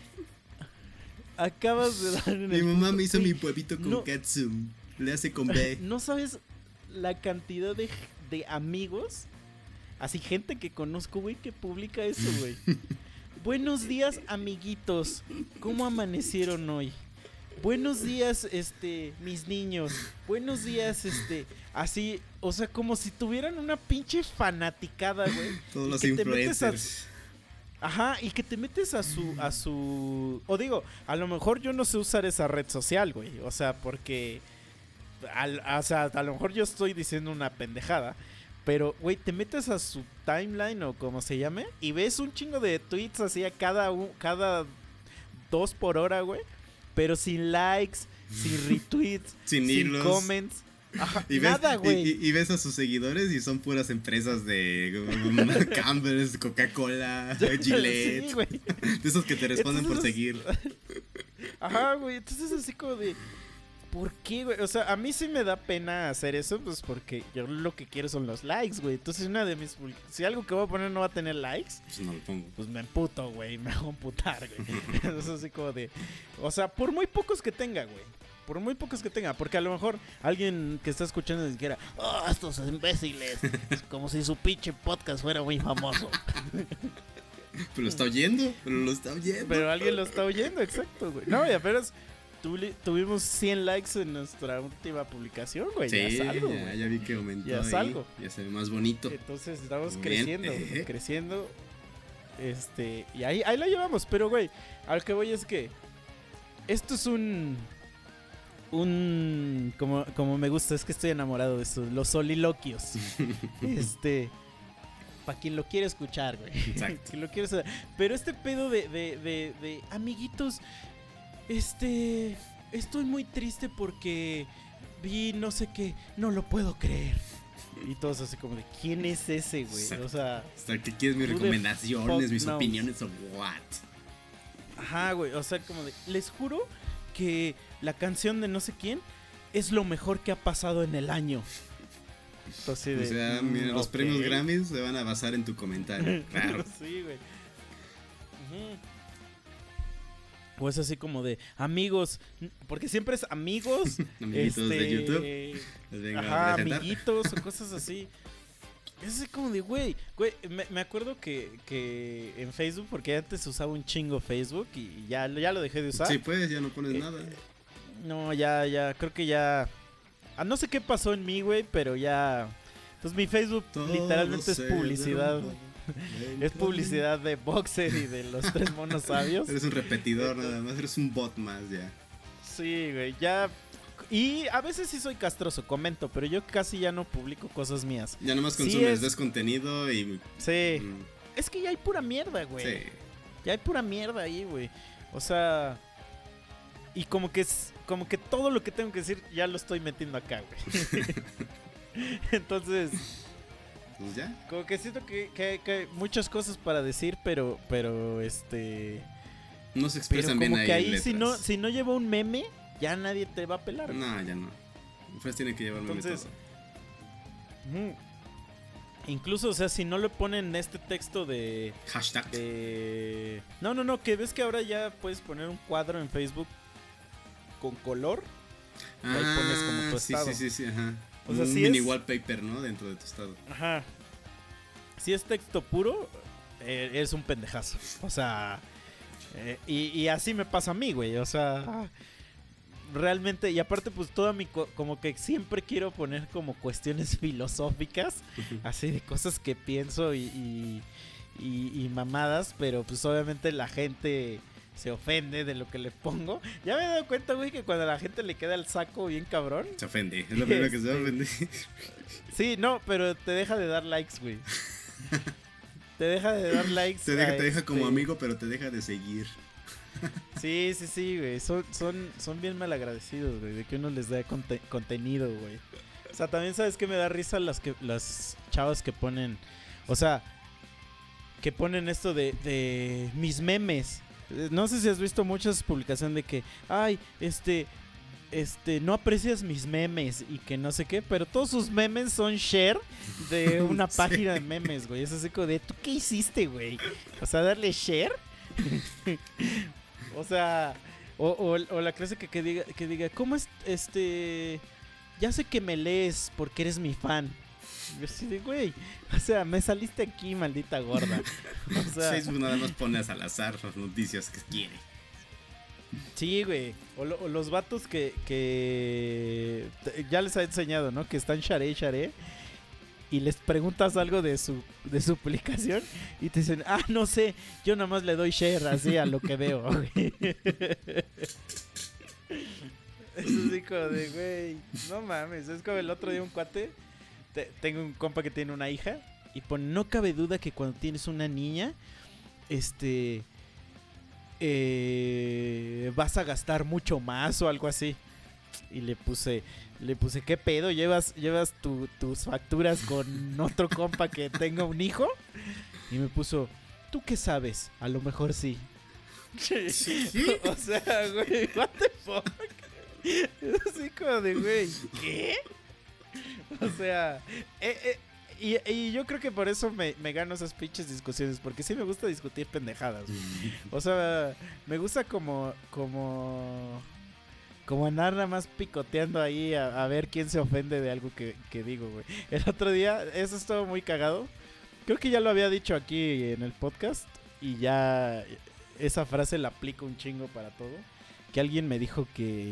Acabas de dar en Mi el mamá punto. me hizo Güey, mi huevito con no. Katsum. Le hace con B. No sabes la cantidad de, de amigos, así gente que conozco, güey, que publica eso, güey. Buenos días, amiguitos. ¿Cómo amanecieron hoy? Buenos días, este, mis niños. Buenos días, este, así, o sea, como si tuvieran una pinche fanaticada, güey. Todos y los que te metes a- influencers. Ajá, y que te metes a su, a su, o digo, a lo mejor yo no sé usar esa red social, güey, o sea, porque, al, o sea, a lo mejor yo estoy diciendo una pendejada, pero, güey, te metes a su timeline o como se llame y ves un chingo de tweets así a cada, un- cada dos por hora, güey, pero sin likes, sin retweets, Sin hilos. comments, ajá, Y ves, nada, y- güey. y, y ves a sus seguidores y son puras empresas de um, Campbell's, Coca-Cola, Gillette. Sí, güey. De esos que te responden por Entonces- seguir. Ajá, güey, entonces así como de, ¿por qué, güey? O sea, a mí sí me da pena hacer eso, pues porque yo lo que quiero son los likes, güey. Entonces una de mis, public- si algo que voy a poner no va a tener likes, Pues no lo pongo. pues me emputo, güey, me hago emputar, güey. Es así como de, o sea, por muy pocos que tenga, güey. Por muy pocos que tenga, porque a lo mejor alguien que está escuchando dijera, oh, estos imbéciles, es como si su pinche podcast fuera muy famoso. Pero lo está oyendo, pero lo está oyendo. Pero alguien lo está oyendo, exacto, güey. No, y apenas tuvi- tuvimos cien likes en nuestra última publicación, güey. Sí, ya es algo, ya, güey. ya vi que aumentó Ya es ahí, algo. ya se ve más bonito. Entonces estamos Muy bien, creciendo, eh. creciendo. Este, y ahí, ahí la llevamos. Pero, güey, a lo que voy es que esto es un. Un. Como, como me gusta, es que estoy enamorado de eso. Los soliloquios. este. Para quien lo quiere escuchar, güey. Exacto. Quien lo quiere saber. Pero este pedo de, de, de, de. Amiguitos. Este. Estoy muy triste porque. Vi no sé qué. No lo puedo creer. Y todos así como de. ¿Quién es ese, güey? O sea. O sea, ¿qué quieres? ¿Mis Who the recomendaciones, fuck mis knows? opiniones o what? Ajá, güey. O sea, como de. Les juro que la canción de no sé quién es lo mejor que ha pasado en el año. Entonces, O de, sea, mm, mira, los ok. premios Grammys se van a basar en tu comentario. Claro. Sí, güey. Ujú. O es así como de amigos, n- porque siempre es amigos, Amiguitos de este, YouTube. Les vengo ajá, a presentar. amiguitos o cosas así. Es así como de, güey, güey, me, me acuerdo que, que en Facebook, porque antes usaba un chingo Facebook y ya, lo- ya lo dejé de usar. Sí, pues, ya no pones Eh, nada. No, ya, ya, creo que ya... Ah, no sé qué pasó en mí, güey, pero ya... Pues mi Facebook Todo literalmente es se publicidad. derrumbó. Es publicidad de Boxer y de los tres monos sabios. Eres un repetidor nada más, eres un bot más ya. Sí, güey, ya. Y a veces sí soy castroso, comento, pero yo casi ya no publico cosas mías. Ya nomás consumes, sí es... ves contenido y... Sí. Mm. Es que ya hay pura mierda, güey. Sí. Ya hay pura mierda ahí, güey. O sea... Y como que es, como que todo lo que tengo que decir ya lo estoy metiendo acá, güey. Entonces... Pues ya. Como que siento que, que, que hay muchas cosas para decir, pero... Pero, este... No se expresan bien ahí. Como que ahí si no, si no lleva un meme... Ya nadie te va a pelar. No, ya no. Fres tiene que llevar un Entonces, mmm, incluso, o sea, si no le ponen este texto de... Hashtag. De, no, no, no, que ves que ahora ya puedes poner un cuadro en Facebook con color. Ah, ahí pones como tu estado. Sí, sí, sí, sí, ajá. O sea, un si mini es, wallpaper, ¿no? Dentro de tu estado. Ajá. Si es texto puro, eh, es un pendejazo. O sea, eh, y, y así me pasa a mí, güey. O sea... Realmente, y aparte pues toda mi, como que siempre quiero poner como cuestiones filosóficas, uh-huh. Así de cosas que pienso y, y, y, y mamadas, pero pues obviamente la gente se ofende de lo que le pongo. Ya me he dado cuenta, güey, que cuando a la gente le queda el saco bien cabrón. Se ofende, es lo primero este, que se ofende. Sí, no, pero te deja de dar likes, güey. Te deja de dar likes. Te deja, te deja este... como amigo, pero te deja de seguir. Sí, sí, sí, güey. Son, son, son bien malagradecidos, güey. De que uno les dé conte- contenido, güey. O sea, también sabes que me da risa las que las chavas que ponen. O sea, que ponen esto de, de mis memes. No sé si has visto muchas publicaciones de que, ay, este, este, no aprecias mis memes y que no sé qué, pero todos sus memes son share de una sí. página de memes, güey. Es así como de, ¿tú qué hiciste, güey? O sea, darle share. O sea, o, o, o la clase que, que diga, que diga, ¿cómo es este? Ya sé que me lees porque eres mi fan. Yo así de, güey, o sea, me saliste aquí, maldita gorda. O sea, Facebook nada más pones al azar las noticias que quiere. Sí, güey. O, lo, o los vatos que, que ya les ha enseñado, ¿no? Que están share, share. Y les preguntas algo de su de su publicación y te dicen, ah, no sé, yo nada más le doy share así a lo que veo, güey. Eso es como de, güey, no mames. Es como el otro día un cuate, te, tengo un compa que tiene una hija y pone, no cabe duda que cuando tienes una niña, este, eh, vas a gastar mucho más o algo así. Y le puse, le puse, ¿qué pedo? ¿Llevas, llevas tu, tus facturas con otro compa que tenga un hijo? Y me puso, ¿tú qué sabes? A lo mejor sí. ¿Sí? O sea, güey, what the fuck. Así como de, güey, ¿qué? O sea, eh, eh, y, y yo creo que por eso me, me gano esas pinches discusiones, porque sí me gusta discutir pendejadas, güey. O sea, me gusta como, como... Como andar nada más picoteando ahí a, a ver quién se ofende de algo que, que digo, güey. El otro día, eso estuvo muy cagado. Creo que ya lo había dicho aquí en el podcast. Y ya esa frase la aplico un chingo para todo. Que alguien me dijo que...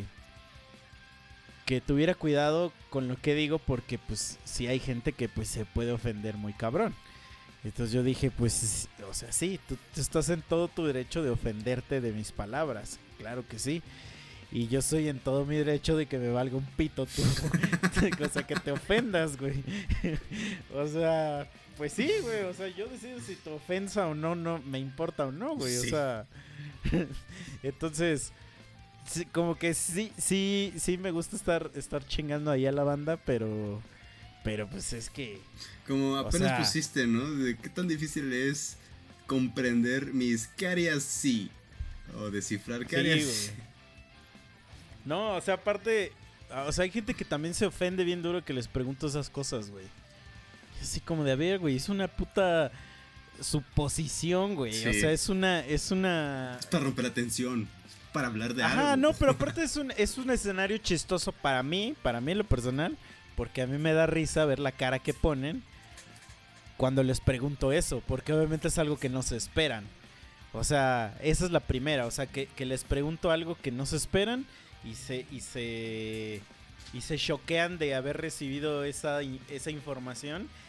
Que tuviera cuidado con lo que digo porque pues sí hay gente que pues se puede ofender muy cabrón. Entonces yo dije, pues, o sea, sí, tú, tú estás en todo tu derecho de ofenderte de mis palabras. Claro que sí. Y yo soy en todo mi derecho de que me valga un pito tú. O sea, que te ofendas, güey. O sea, pues sí, güey. O sea, yo decido si te ofensa o no, no me importa o no, güey. Sí. O sea, entonces, sí, como que sí, sí, sí me gusta estar, estar chingando ahí a la banda, pero, pero pues es que... Como apenas o sea, pusiste, ¿no? De qué tan difícil es comprender mis ¿qué harías sí? O descifrar ¿qué harías sí? No, o sea, aparte, o sea, hay gente que también se ofende bien duro que les pregunto esas cosas, güey. Así como de, a ver, güey, es una puta suposición, güey. Sí. O sea, es una, es una... Es para romper la tensión, para hablar de Ajá, algo. Ajá, no, pero aparte es un, es un escenario chistoso para mí, para mí en lo personal, porque a mí me da risa ver la cara que ponen cuando les pregunto eso, porque obviamente es algo que no se esperan. O sea, esa es la primera, o sea, que, que les pregunto algo que no se esperan y se y se y se choquean de haber recibido esa esa información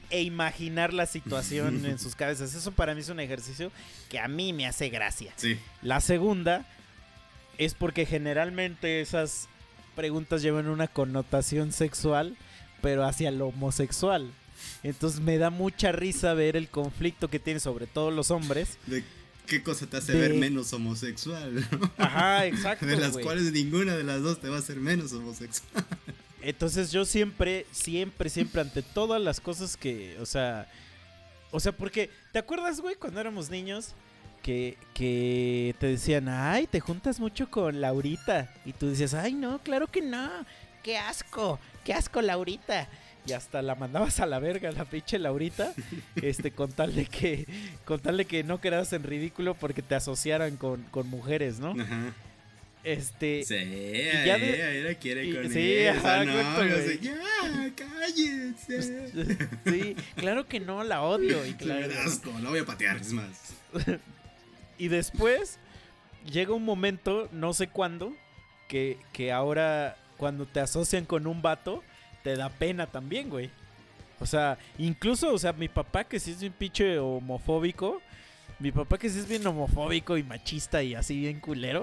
e imaginar la situación en sus cabezas. Eso para mí es un ejercicio que a mí me hace gracia. Sí. La segunda es porque generalmente esas preguntas llevan una connotación sexual, pero hacia lo homosexual. Entonces me da mucha risa ver el conflicto que tienen sobre todo los hombres. De qué cosa te hace de... ver menos homosexual, ¿no? Ajá, exacto. De las güey. cuales ninguna de las dos te va a hacer menos homosexual. Entonces yo siempre, siempre, siempre ante todas las cosas que, o sea, o sea, porque, ¿te acuerdas, güey, cuando éramos niños? Que, que te decían, ay, te juntas mucho con Laurita. Y tú decías, ay, no, claro que no. Qué asco, qué asco Laurita. Y hasta la mandabas a la verga, la pinche Laurita, este, con tal de que, con tal de que no quedaras en ridículo porque te asociaran con, con mujeres, ¿no? Ajá. Este. Sí, y ya de, ahí la quiere y, con sí, esa, ajá, no, exacto, no güey. sé, ya, cállense. Sí, claro que no, la odio. Y claro, Me da asco, la voy a patear, es más. Y después llega un momento, no sé cuándo, que, que ahora cuando te asocian con un vato, te da pena también, güey. O sea, incluso, o sea, mi papá que sí es un pinche homofóbico, mi papá que sí es bien homofóbico y machista y así bien culero,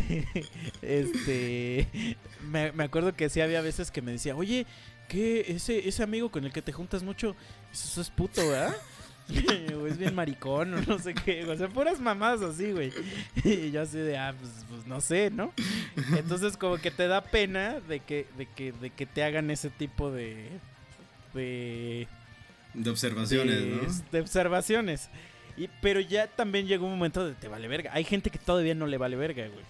este, me, me acuerdo que sí había veces que me decía, oye, ¿qué? Ese, ese amigo con el que te juntas mucho, eso es puto, ¿verdad? O es bien maricón o no sé qué, o sea, puras mamadas así, güey. Y yo así de, ah, pues, pues no sé, ¿no? Entonces como que te da pena de que, de que, de que te hagan ese tipo de... de... De observaciones, de, ¿no? De observaciones. Y, pero ya también llegó un momento de te vale verga. Hay gente que todavía no le vale verga, güey.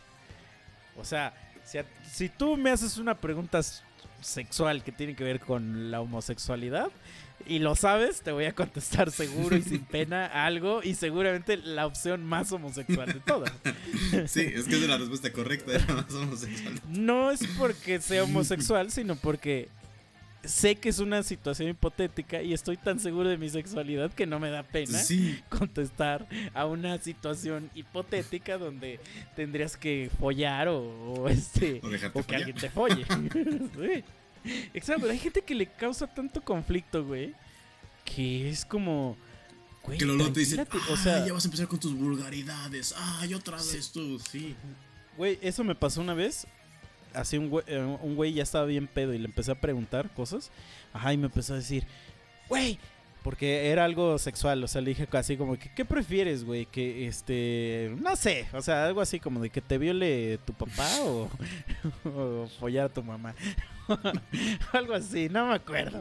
O sea, si, a, si tú me haces una pregunta sexual que tiene que ver con la homosexualidad y lo sabes, te voy a contestar seguro y sin pena algo y seguramente la opción más homosexual de todas. Sí, es que es la respuesta correcta, era más homosexual. No es porque sea homosexual, sino porque sé que es una situación hipotética y estoy tan seguro de mi sexualidad que no me da pena sí. contestar a una situación hipotética donde tendrías que follar o, o este o, o que follar. alguien te folle. Sí. Exacto, pero hay gente que le causa tanto conflicto, güey, que es como, güey, que luego te dicen, ah, o sea, ya vas a empezar con tus vulgaridades, ay, otra vez sí. tú, sí. Güey, eso me pasó una vez. Así un güey, un güey ya estaba bien pedo y le empecé a preguntar cosas. Ajá, y me empezó a decir, güey, porque era algo sexual. O sea, le dije así como que, ¿qué prefieres, güey? Que este, no sé, o sea, algo así como de que te viole tu papá o, o follar a tu mamá. Algo así, no me acuerdo.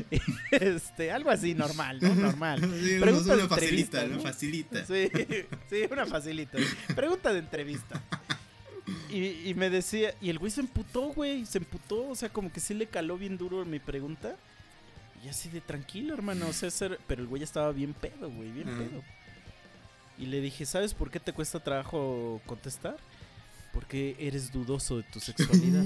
Este, algo así normal, ¿no? Normal. Sí, Pregunta una de facilita, entrevista, ¿no? ¿no? Facilita. Sí, sí, una facilita. Pregunta de entrevista. Y, y me decía, y el güey se emputó, güey, se emputó, o sea, como que sí le caló bien duro mi pregunta. Y así de tranquilo, hermano, o sea, ser, pero el güey estaba bien pedo, güey, bien uh-huh. pedo. Y le dije, ¿sabes por qué te cuesta trabajo contestar? Porque eres dudoso de tu sexualidad.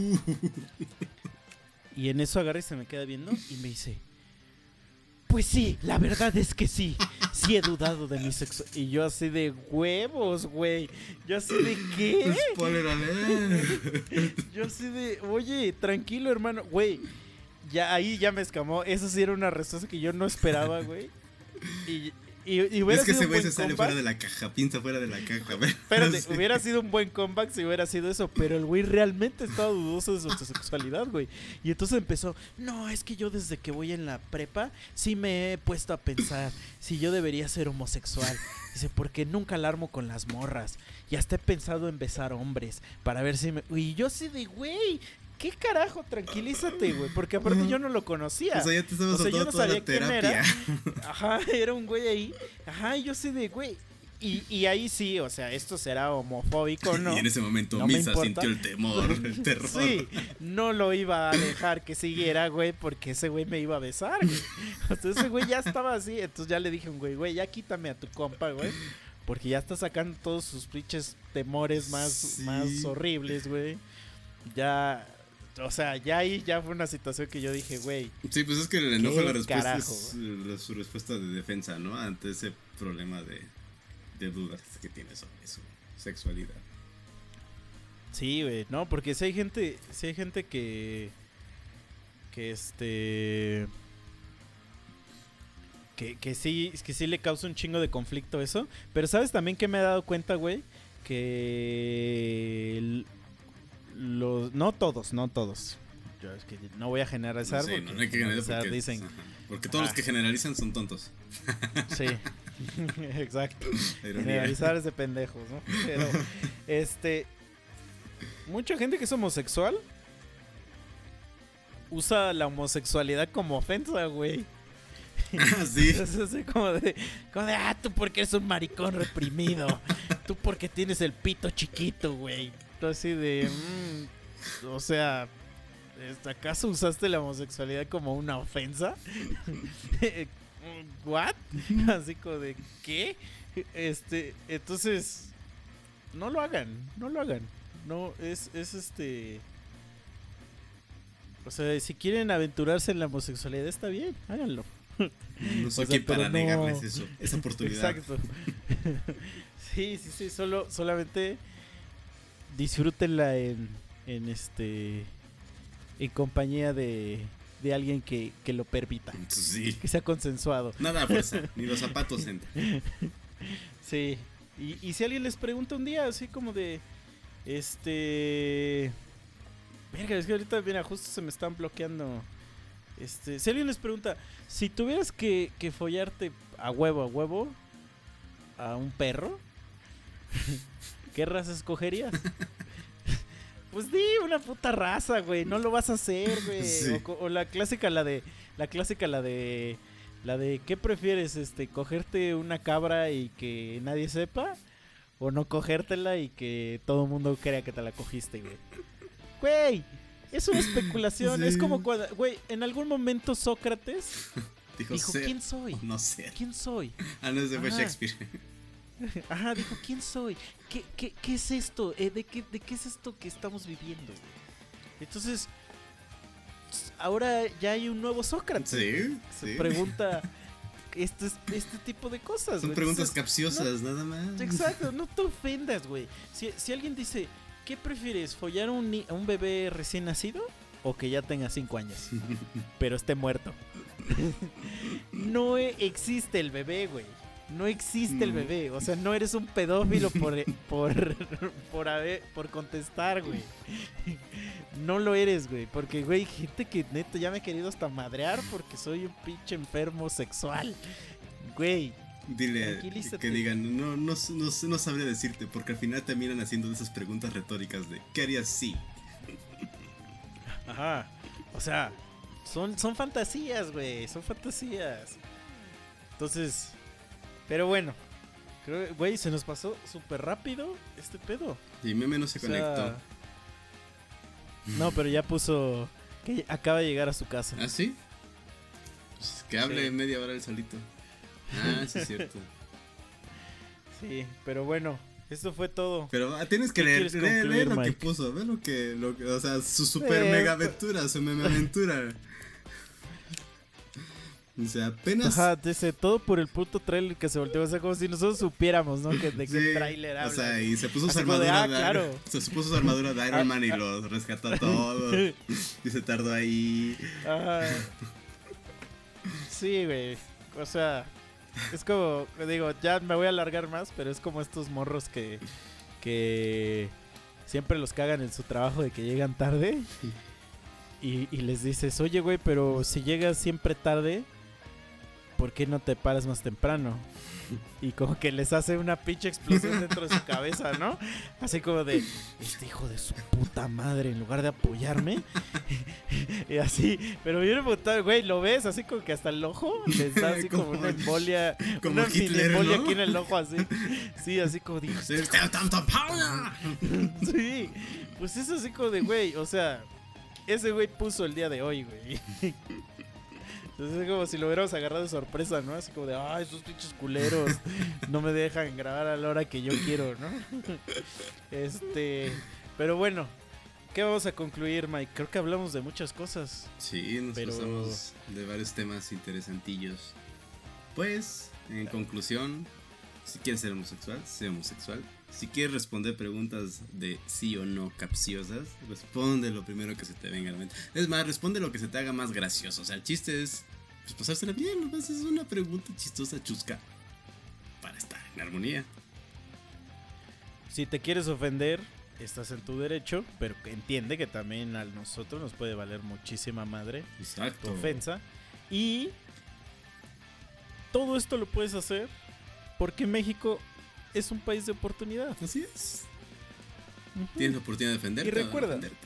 Y en eso agarra y se me queda viendo y me dice, pues sí, la verdad es que sí. Sí he dudado de mi sexo. Y yo así de huevos, güey. Yo así de ¿qué? Spoiler alert. Yo así de, oye, tranquilo, hermano. Güey, ya ahí ya me escamó. Eso sí era una respuesta que yo no esperaba, güey. Y, y, y hubiera es que sido ese güey se comeback. sale fuera de la caja, piensa fuera de la caja. Espérate, sí. Hubiera sido un buen comeback si hubiera sido eso. Pero el güey realmente estaba dudoso de su sexualidad, güey. Y entonces empezó, no, es que yo desde que voy en la prepa sí me he puesto a pensar si yo debería ser homosexual. Dice, porque nunca alarmo con las morras. Y hasta he pensado en besar hombres para ver si me... Y yo así de, güey, ¿qué carajo? Tranquilízate, güey. Porque aparte yo no lo conocía. O sea, ya te estabas o sea, yo no sabía quién era. terapia. Ajá, era un güey ahí. Ajá, y yo así de, güey. Y, y ahí sí, o sea, esto será homofóbico, ¿no? Y en ese momento no Misa sintió el temor, el terror. Sí, no lo iba a dejar que siguiera, güey, porque ese güey me iba a besar, güey. Entonces ese güey ya estaba así. Entonces ya le dije a un güey, güey, ya quítame a tu compa, güey. Porque ya está sacando todos sus pinches temores más, sí. más horribles, güey. Ya... O sea, ya ahí ya fue una situación que yo dije, güey. Sí, pues es que el enojo la respuesta carajo, es la, su respuesta de defensa, ¿no? Ante ese problema de, de dudas que tiene sobre su sexualidad. Sí, güey, no, porque si hay gente, si hay gente que que este Que, que sí, que sí le causa un chingo de conflicto eso. Pero ¿sabes también que me he dado cuenta, güey? Que el- los, no todos, no todos. Yo es que no voy a generalizar. No sé, porque no hay que generalizar porque, dicen, ajá, porque todos Ajá. los que generalizan son tontos. sí, exacto. Ironía. Generalizar es de pendejos, ¿no? Pero, este, mucha gente que es homosexual usa la homosexualidad como ofensa, güey. Ah, sí. Es así como de, como de, ah, tú porque eres un maricón reprimido. Tú porque tienes el pito chiquito, güey. Tú así de, mm, o sea, ¿acaso usaste la homosexualidad como una ofensa? ¿What? Así como de, ¿qué? Este, entonces, no lo hagan, no lo hagan. No, es, es este... O sea, si quieren aventurarse en la homosexualidad, está bien, háganlo. No soy O sea, quien para pero no- negarles eso, esa oportunidad. Exacto. Sí, sí, sí, solo, solamente disfrútenla en, en este, en compañía de, de alguien que, que lo permita, Sí. que sea consensuado. Nada a fuerza, ni los zapatos entran. Sí, y, y si alguien les pregunta un día así como de, este, verga, es que ahorita, mira, justo se me están bloqueando. Este, si alguien les pregunta, si tuvieras que, que follarte a huevo, a huevo, a un perro, ¿qué raza escogerías? Pues di una puta raza, güey, no lo vas a hacer, güey. Sí. O, co- o la clásica, la de, la clásica, la de, la de, ¿qué prefieres, este, cogerte una cabra y que nadie sepa? O no cogértela y que todo el mundo crea que te la cogiste, güey. Güey, es una especulación, Sí. es como cuando, güey, en algún momento Sócrates Dijo, dijo, ser ¿quién soy? o no ser. ¿Quién soy? Ah, no, ese fue Ajá. Shakespeare. Ajá, dijo, ¿quién soy? ¿Qué, qué, qué es esto? Eh, ¿de, qué, ¿De qué es esto que estamos viviendo? Güey? Entonces, ahora ya hay un nuevo Sócrates. Sí, Se sí. pregunta este, este tipo de cosas. Son güey. preguntas Entonces, capciosas, nada más. exacto, no te ofendas, güey. Si, si alguien dice, ¿qué prefieres? ¿Follar a un, ni- a un bebé recién nacido? O que ya tenga cinco años, pero esté muerto. No e- existe el bebé, güey. No existe el Mm. bebé. O sea, no eres un pedófilo por, por, por, haber- por contestar, güey. No lo eres, güey. Porque, güey, gente que neta ya me ha querido hasta madrear porque soy un pinche enfermo sexual. Güey, Dile Tranquilízate. que digan, no, no, no, no sabría decirte, porque al final terminan haciendo esas preguntas retóricas de ¿qué harías si? ajá. O sea, son, son fantasías, güey. Son fantasías. Entonces, pero bueno. Creo, güey, se nos pasó súper rápido este pedo. Y Meme no se O sea, conectó. no, pero ya puso que acaba de llegar a su casa. ¿Ah, sí? Pues que hable Sí. media hora el solito. Ah, sí es cierto. Sí, pero bueno, esto fue todo. Pero ah, tienes que ¿Qué leer, quieres leer, concluir, leer lo Mike? que puso, ve lo que, lo que, o sea, su super Eh, mega aventura, su meme aventura. O sea, apenas. Ajá, dice todo por el puto trailer que se volteó. O sea, como si nosotros supiéramos, ¿no? Que, de qué Sí, trailer habla. o sea, y se puso su Así como de, armadura ah, de, claro. se puso su armadura de Iron Ah, Man y ah. los rescató a todos. Y se tardó ahí. Ajá. Sí, güey. O sea, es como, digo, ya me voy a alargar más, pero es como estos morros que, que siempre los cagan en su trabajo de que llegan tarde. Y, y les dices, oye, güey, pero si llegas siempre tarde, ¿por qué no te paras más temprano? Y como que les hace una pinche explosión dentro de su cabeza, ¿no? Así como de, este hijo de su puta madre, en lugar de apoyarme. Y así, pero bien emputado, güey, ¿lo ves? Así como que hasta el ojo les da así como, Como- una embolia, como una mini Hitler, embolia ¿no? aquí en el ojo, así. Sí, así como dijo, Sí, tanto Paula. sí, pues es así como de, güey, o sea, ese güey puso el día de hoy, güey. Entonces es como si lo hubiéramos agarrado de sorpresa, ¿no? Así como de, ay, esos pinches culeros no me dejan grabar a la hora que yo quiero, ¿no? Este, pero bueno, ¿qué vamos a concluir, Mike? Creo que hablamos de muchas cosas. Sí, nos Pero- pasamos de varios temas interesantillos. Pues, en conclusión, si quieres ser homosexual, sé homosexual. Si quieres responder preguntas de sí o no capciosas, responde lo primero que se te venga a la mente. Es más, responde lo que se te haga más gracioso. O sea, el chiste es pues pasársela bien, ¿no? Es una pregunta chistosa, chusca, para estar en armonía. Si te quieres ofender, estás en tu derecho, pero entiende que también a nosotros nos puede valer muchísima madre Exacto. tu ofensa. Y todo esto lo puedes hacer porque México es un país de oportunidad. Así es. Uh-huh. Tienes la oportunidad de defenderte. Y recuerda, de defenderte.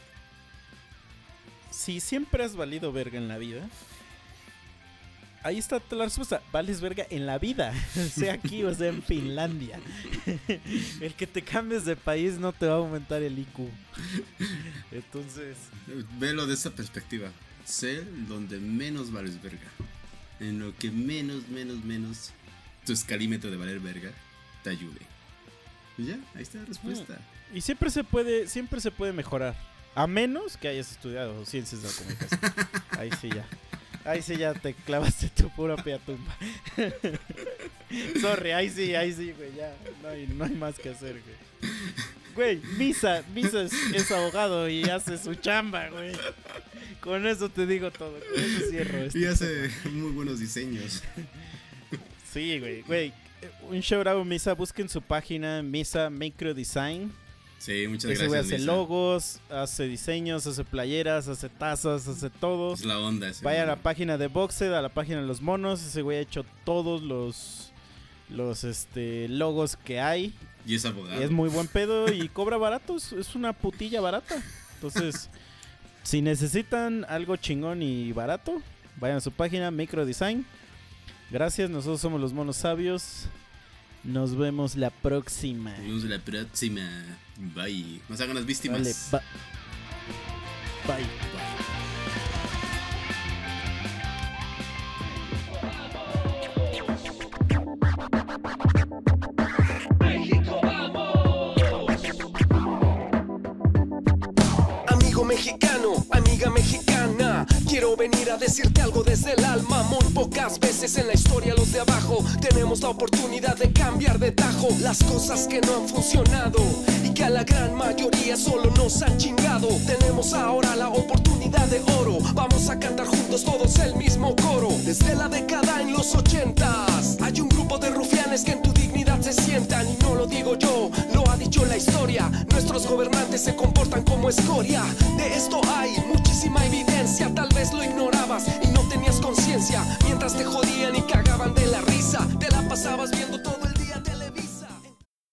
Si siempre has valido verga en la vida, ahí está la respuesta. Vales verga en la vida, sea aquí o sea en Finlandia. El que te cambies de país no te va a aumentar el I Q. Entonces, velo de esa perspectiva. Sé donde menos vales verga. En lo que menos, menos, menos tu escalímetro de valer verga te ayude. Y ya, ahí está la respuesta. Y siempre se puede, siempre se puede mejorar. A menos que hayas estudiado ciencias de la comunicación. Ahí sí ya. Ahí sí ya te clavaste tu pura piatumba. Sorry, ahí sí, ahí sí, güey. Ya no hay, no hay más que hacer, güey. Güey, Misa, Misa es, es abogado y hace su chamba, güey. Con eso te digo todo. Con eso cierro esto. Y hace muy buenos diseños. Sí, güey. Güey, un shout out Misa. Busquen su página, Misa Micro Design. Sí, muchas Ese gracias. güey hace Misa. logos, hace diseños, hace playeras, hace tazas, hace todo. Es la onda ese. Vaya a güey. la página de Boxed, a la página de los monos. Ese güey ha hecho todos los los este logos que hay. Y es abogado. Es muy buen pedo y cobra barato. Es, es una putilla barata. Entonces, si necesitan algo chingón y barato, vayan a su página Micro Design. Gracias, nosotros somos los monos sabios. Nos vemos la próxima. Nos vemos la próxima. Bye. Nos hagan las víctimas. Vale, ba- bye. Amigo mexicano, amiga mexicana, quiero venir a decirte algo desde el alma. Muy pocas veces en la historia los de abajo tenemos la oportunidad de cambiar de tajo las cosas que no han funcionado y que a la gran mayoría solo nos han chingado. Tenemos ahora la oportunidad de oro, vamos a cantar juntos todos el mismo coro. Desde la década en los ochentas hay un grupo de rufianes que en tu dignidad se sientan, y no lo digo yo, lo ha dicho la historia. Nuestros gobernantes se comportan como escoria. De esto hay muchísima evidencia. Tal vez lo ignorabas y no tenías conciencia. Mientras te jodían y cagaban de la risa, te la pasabas viendo todo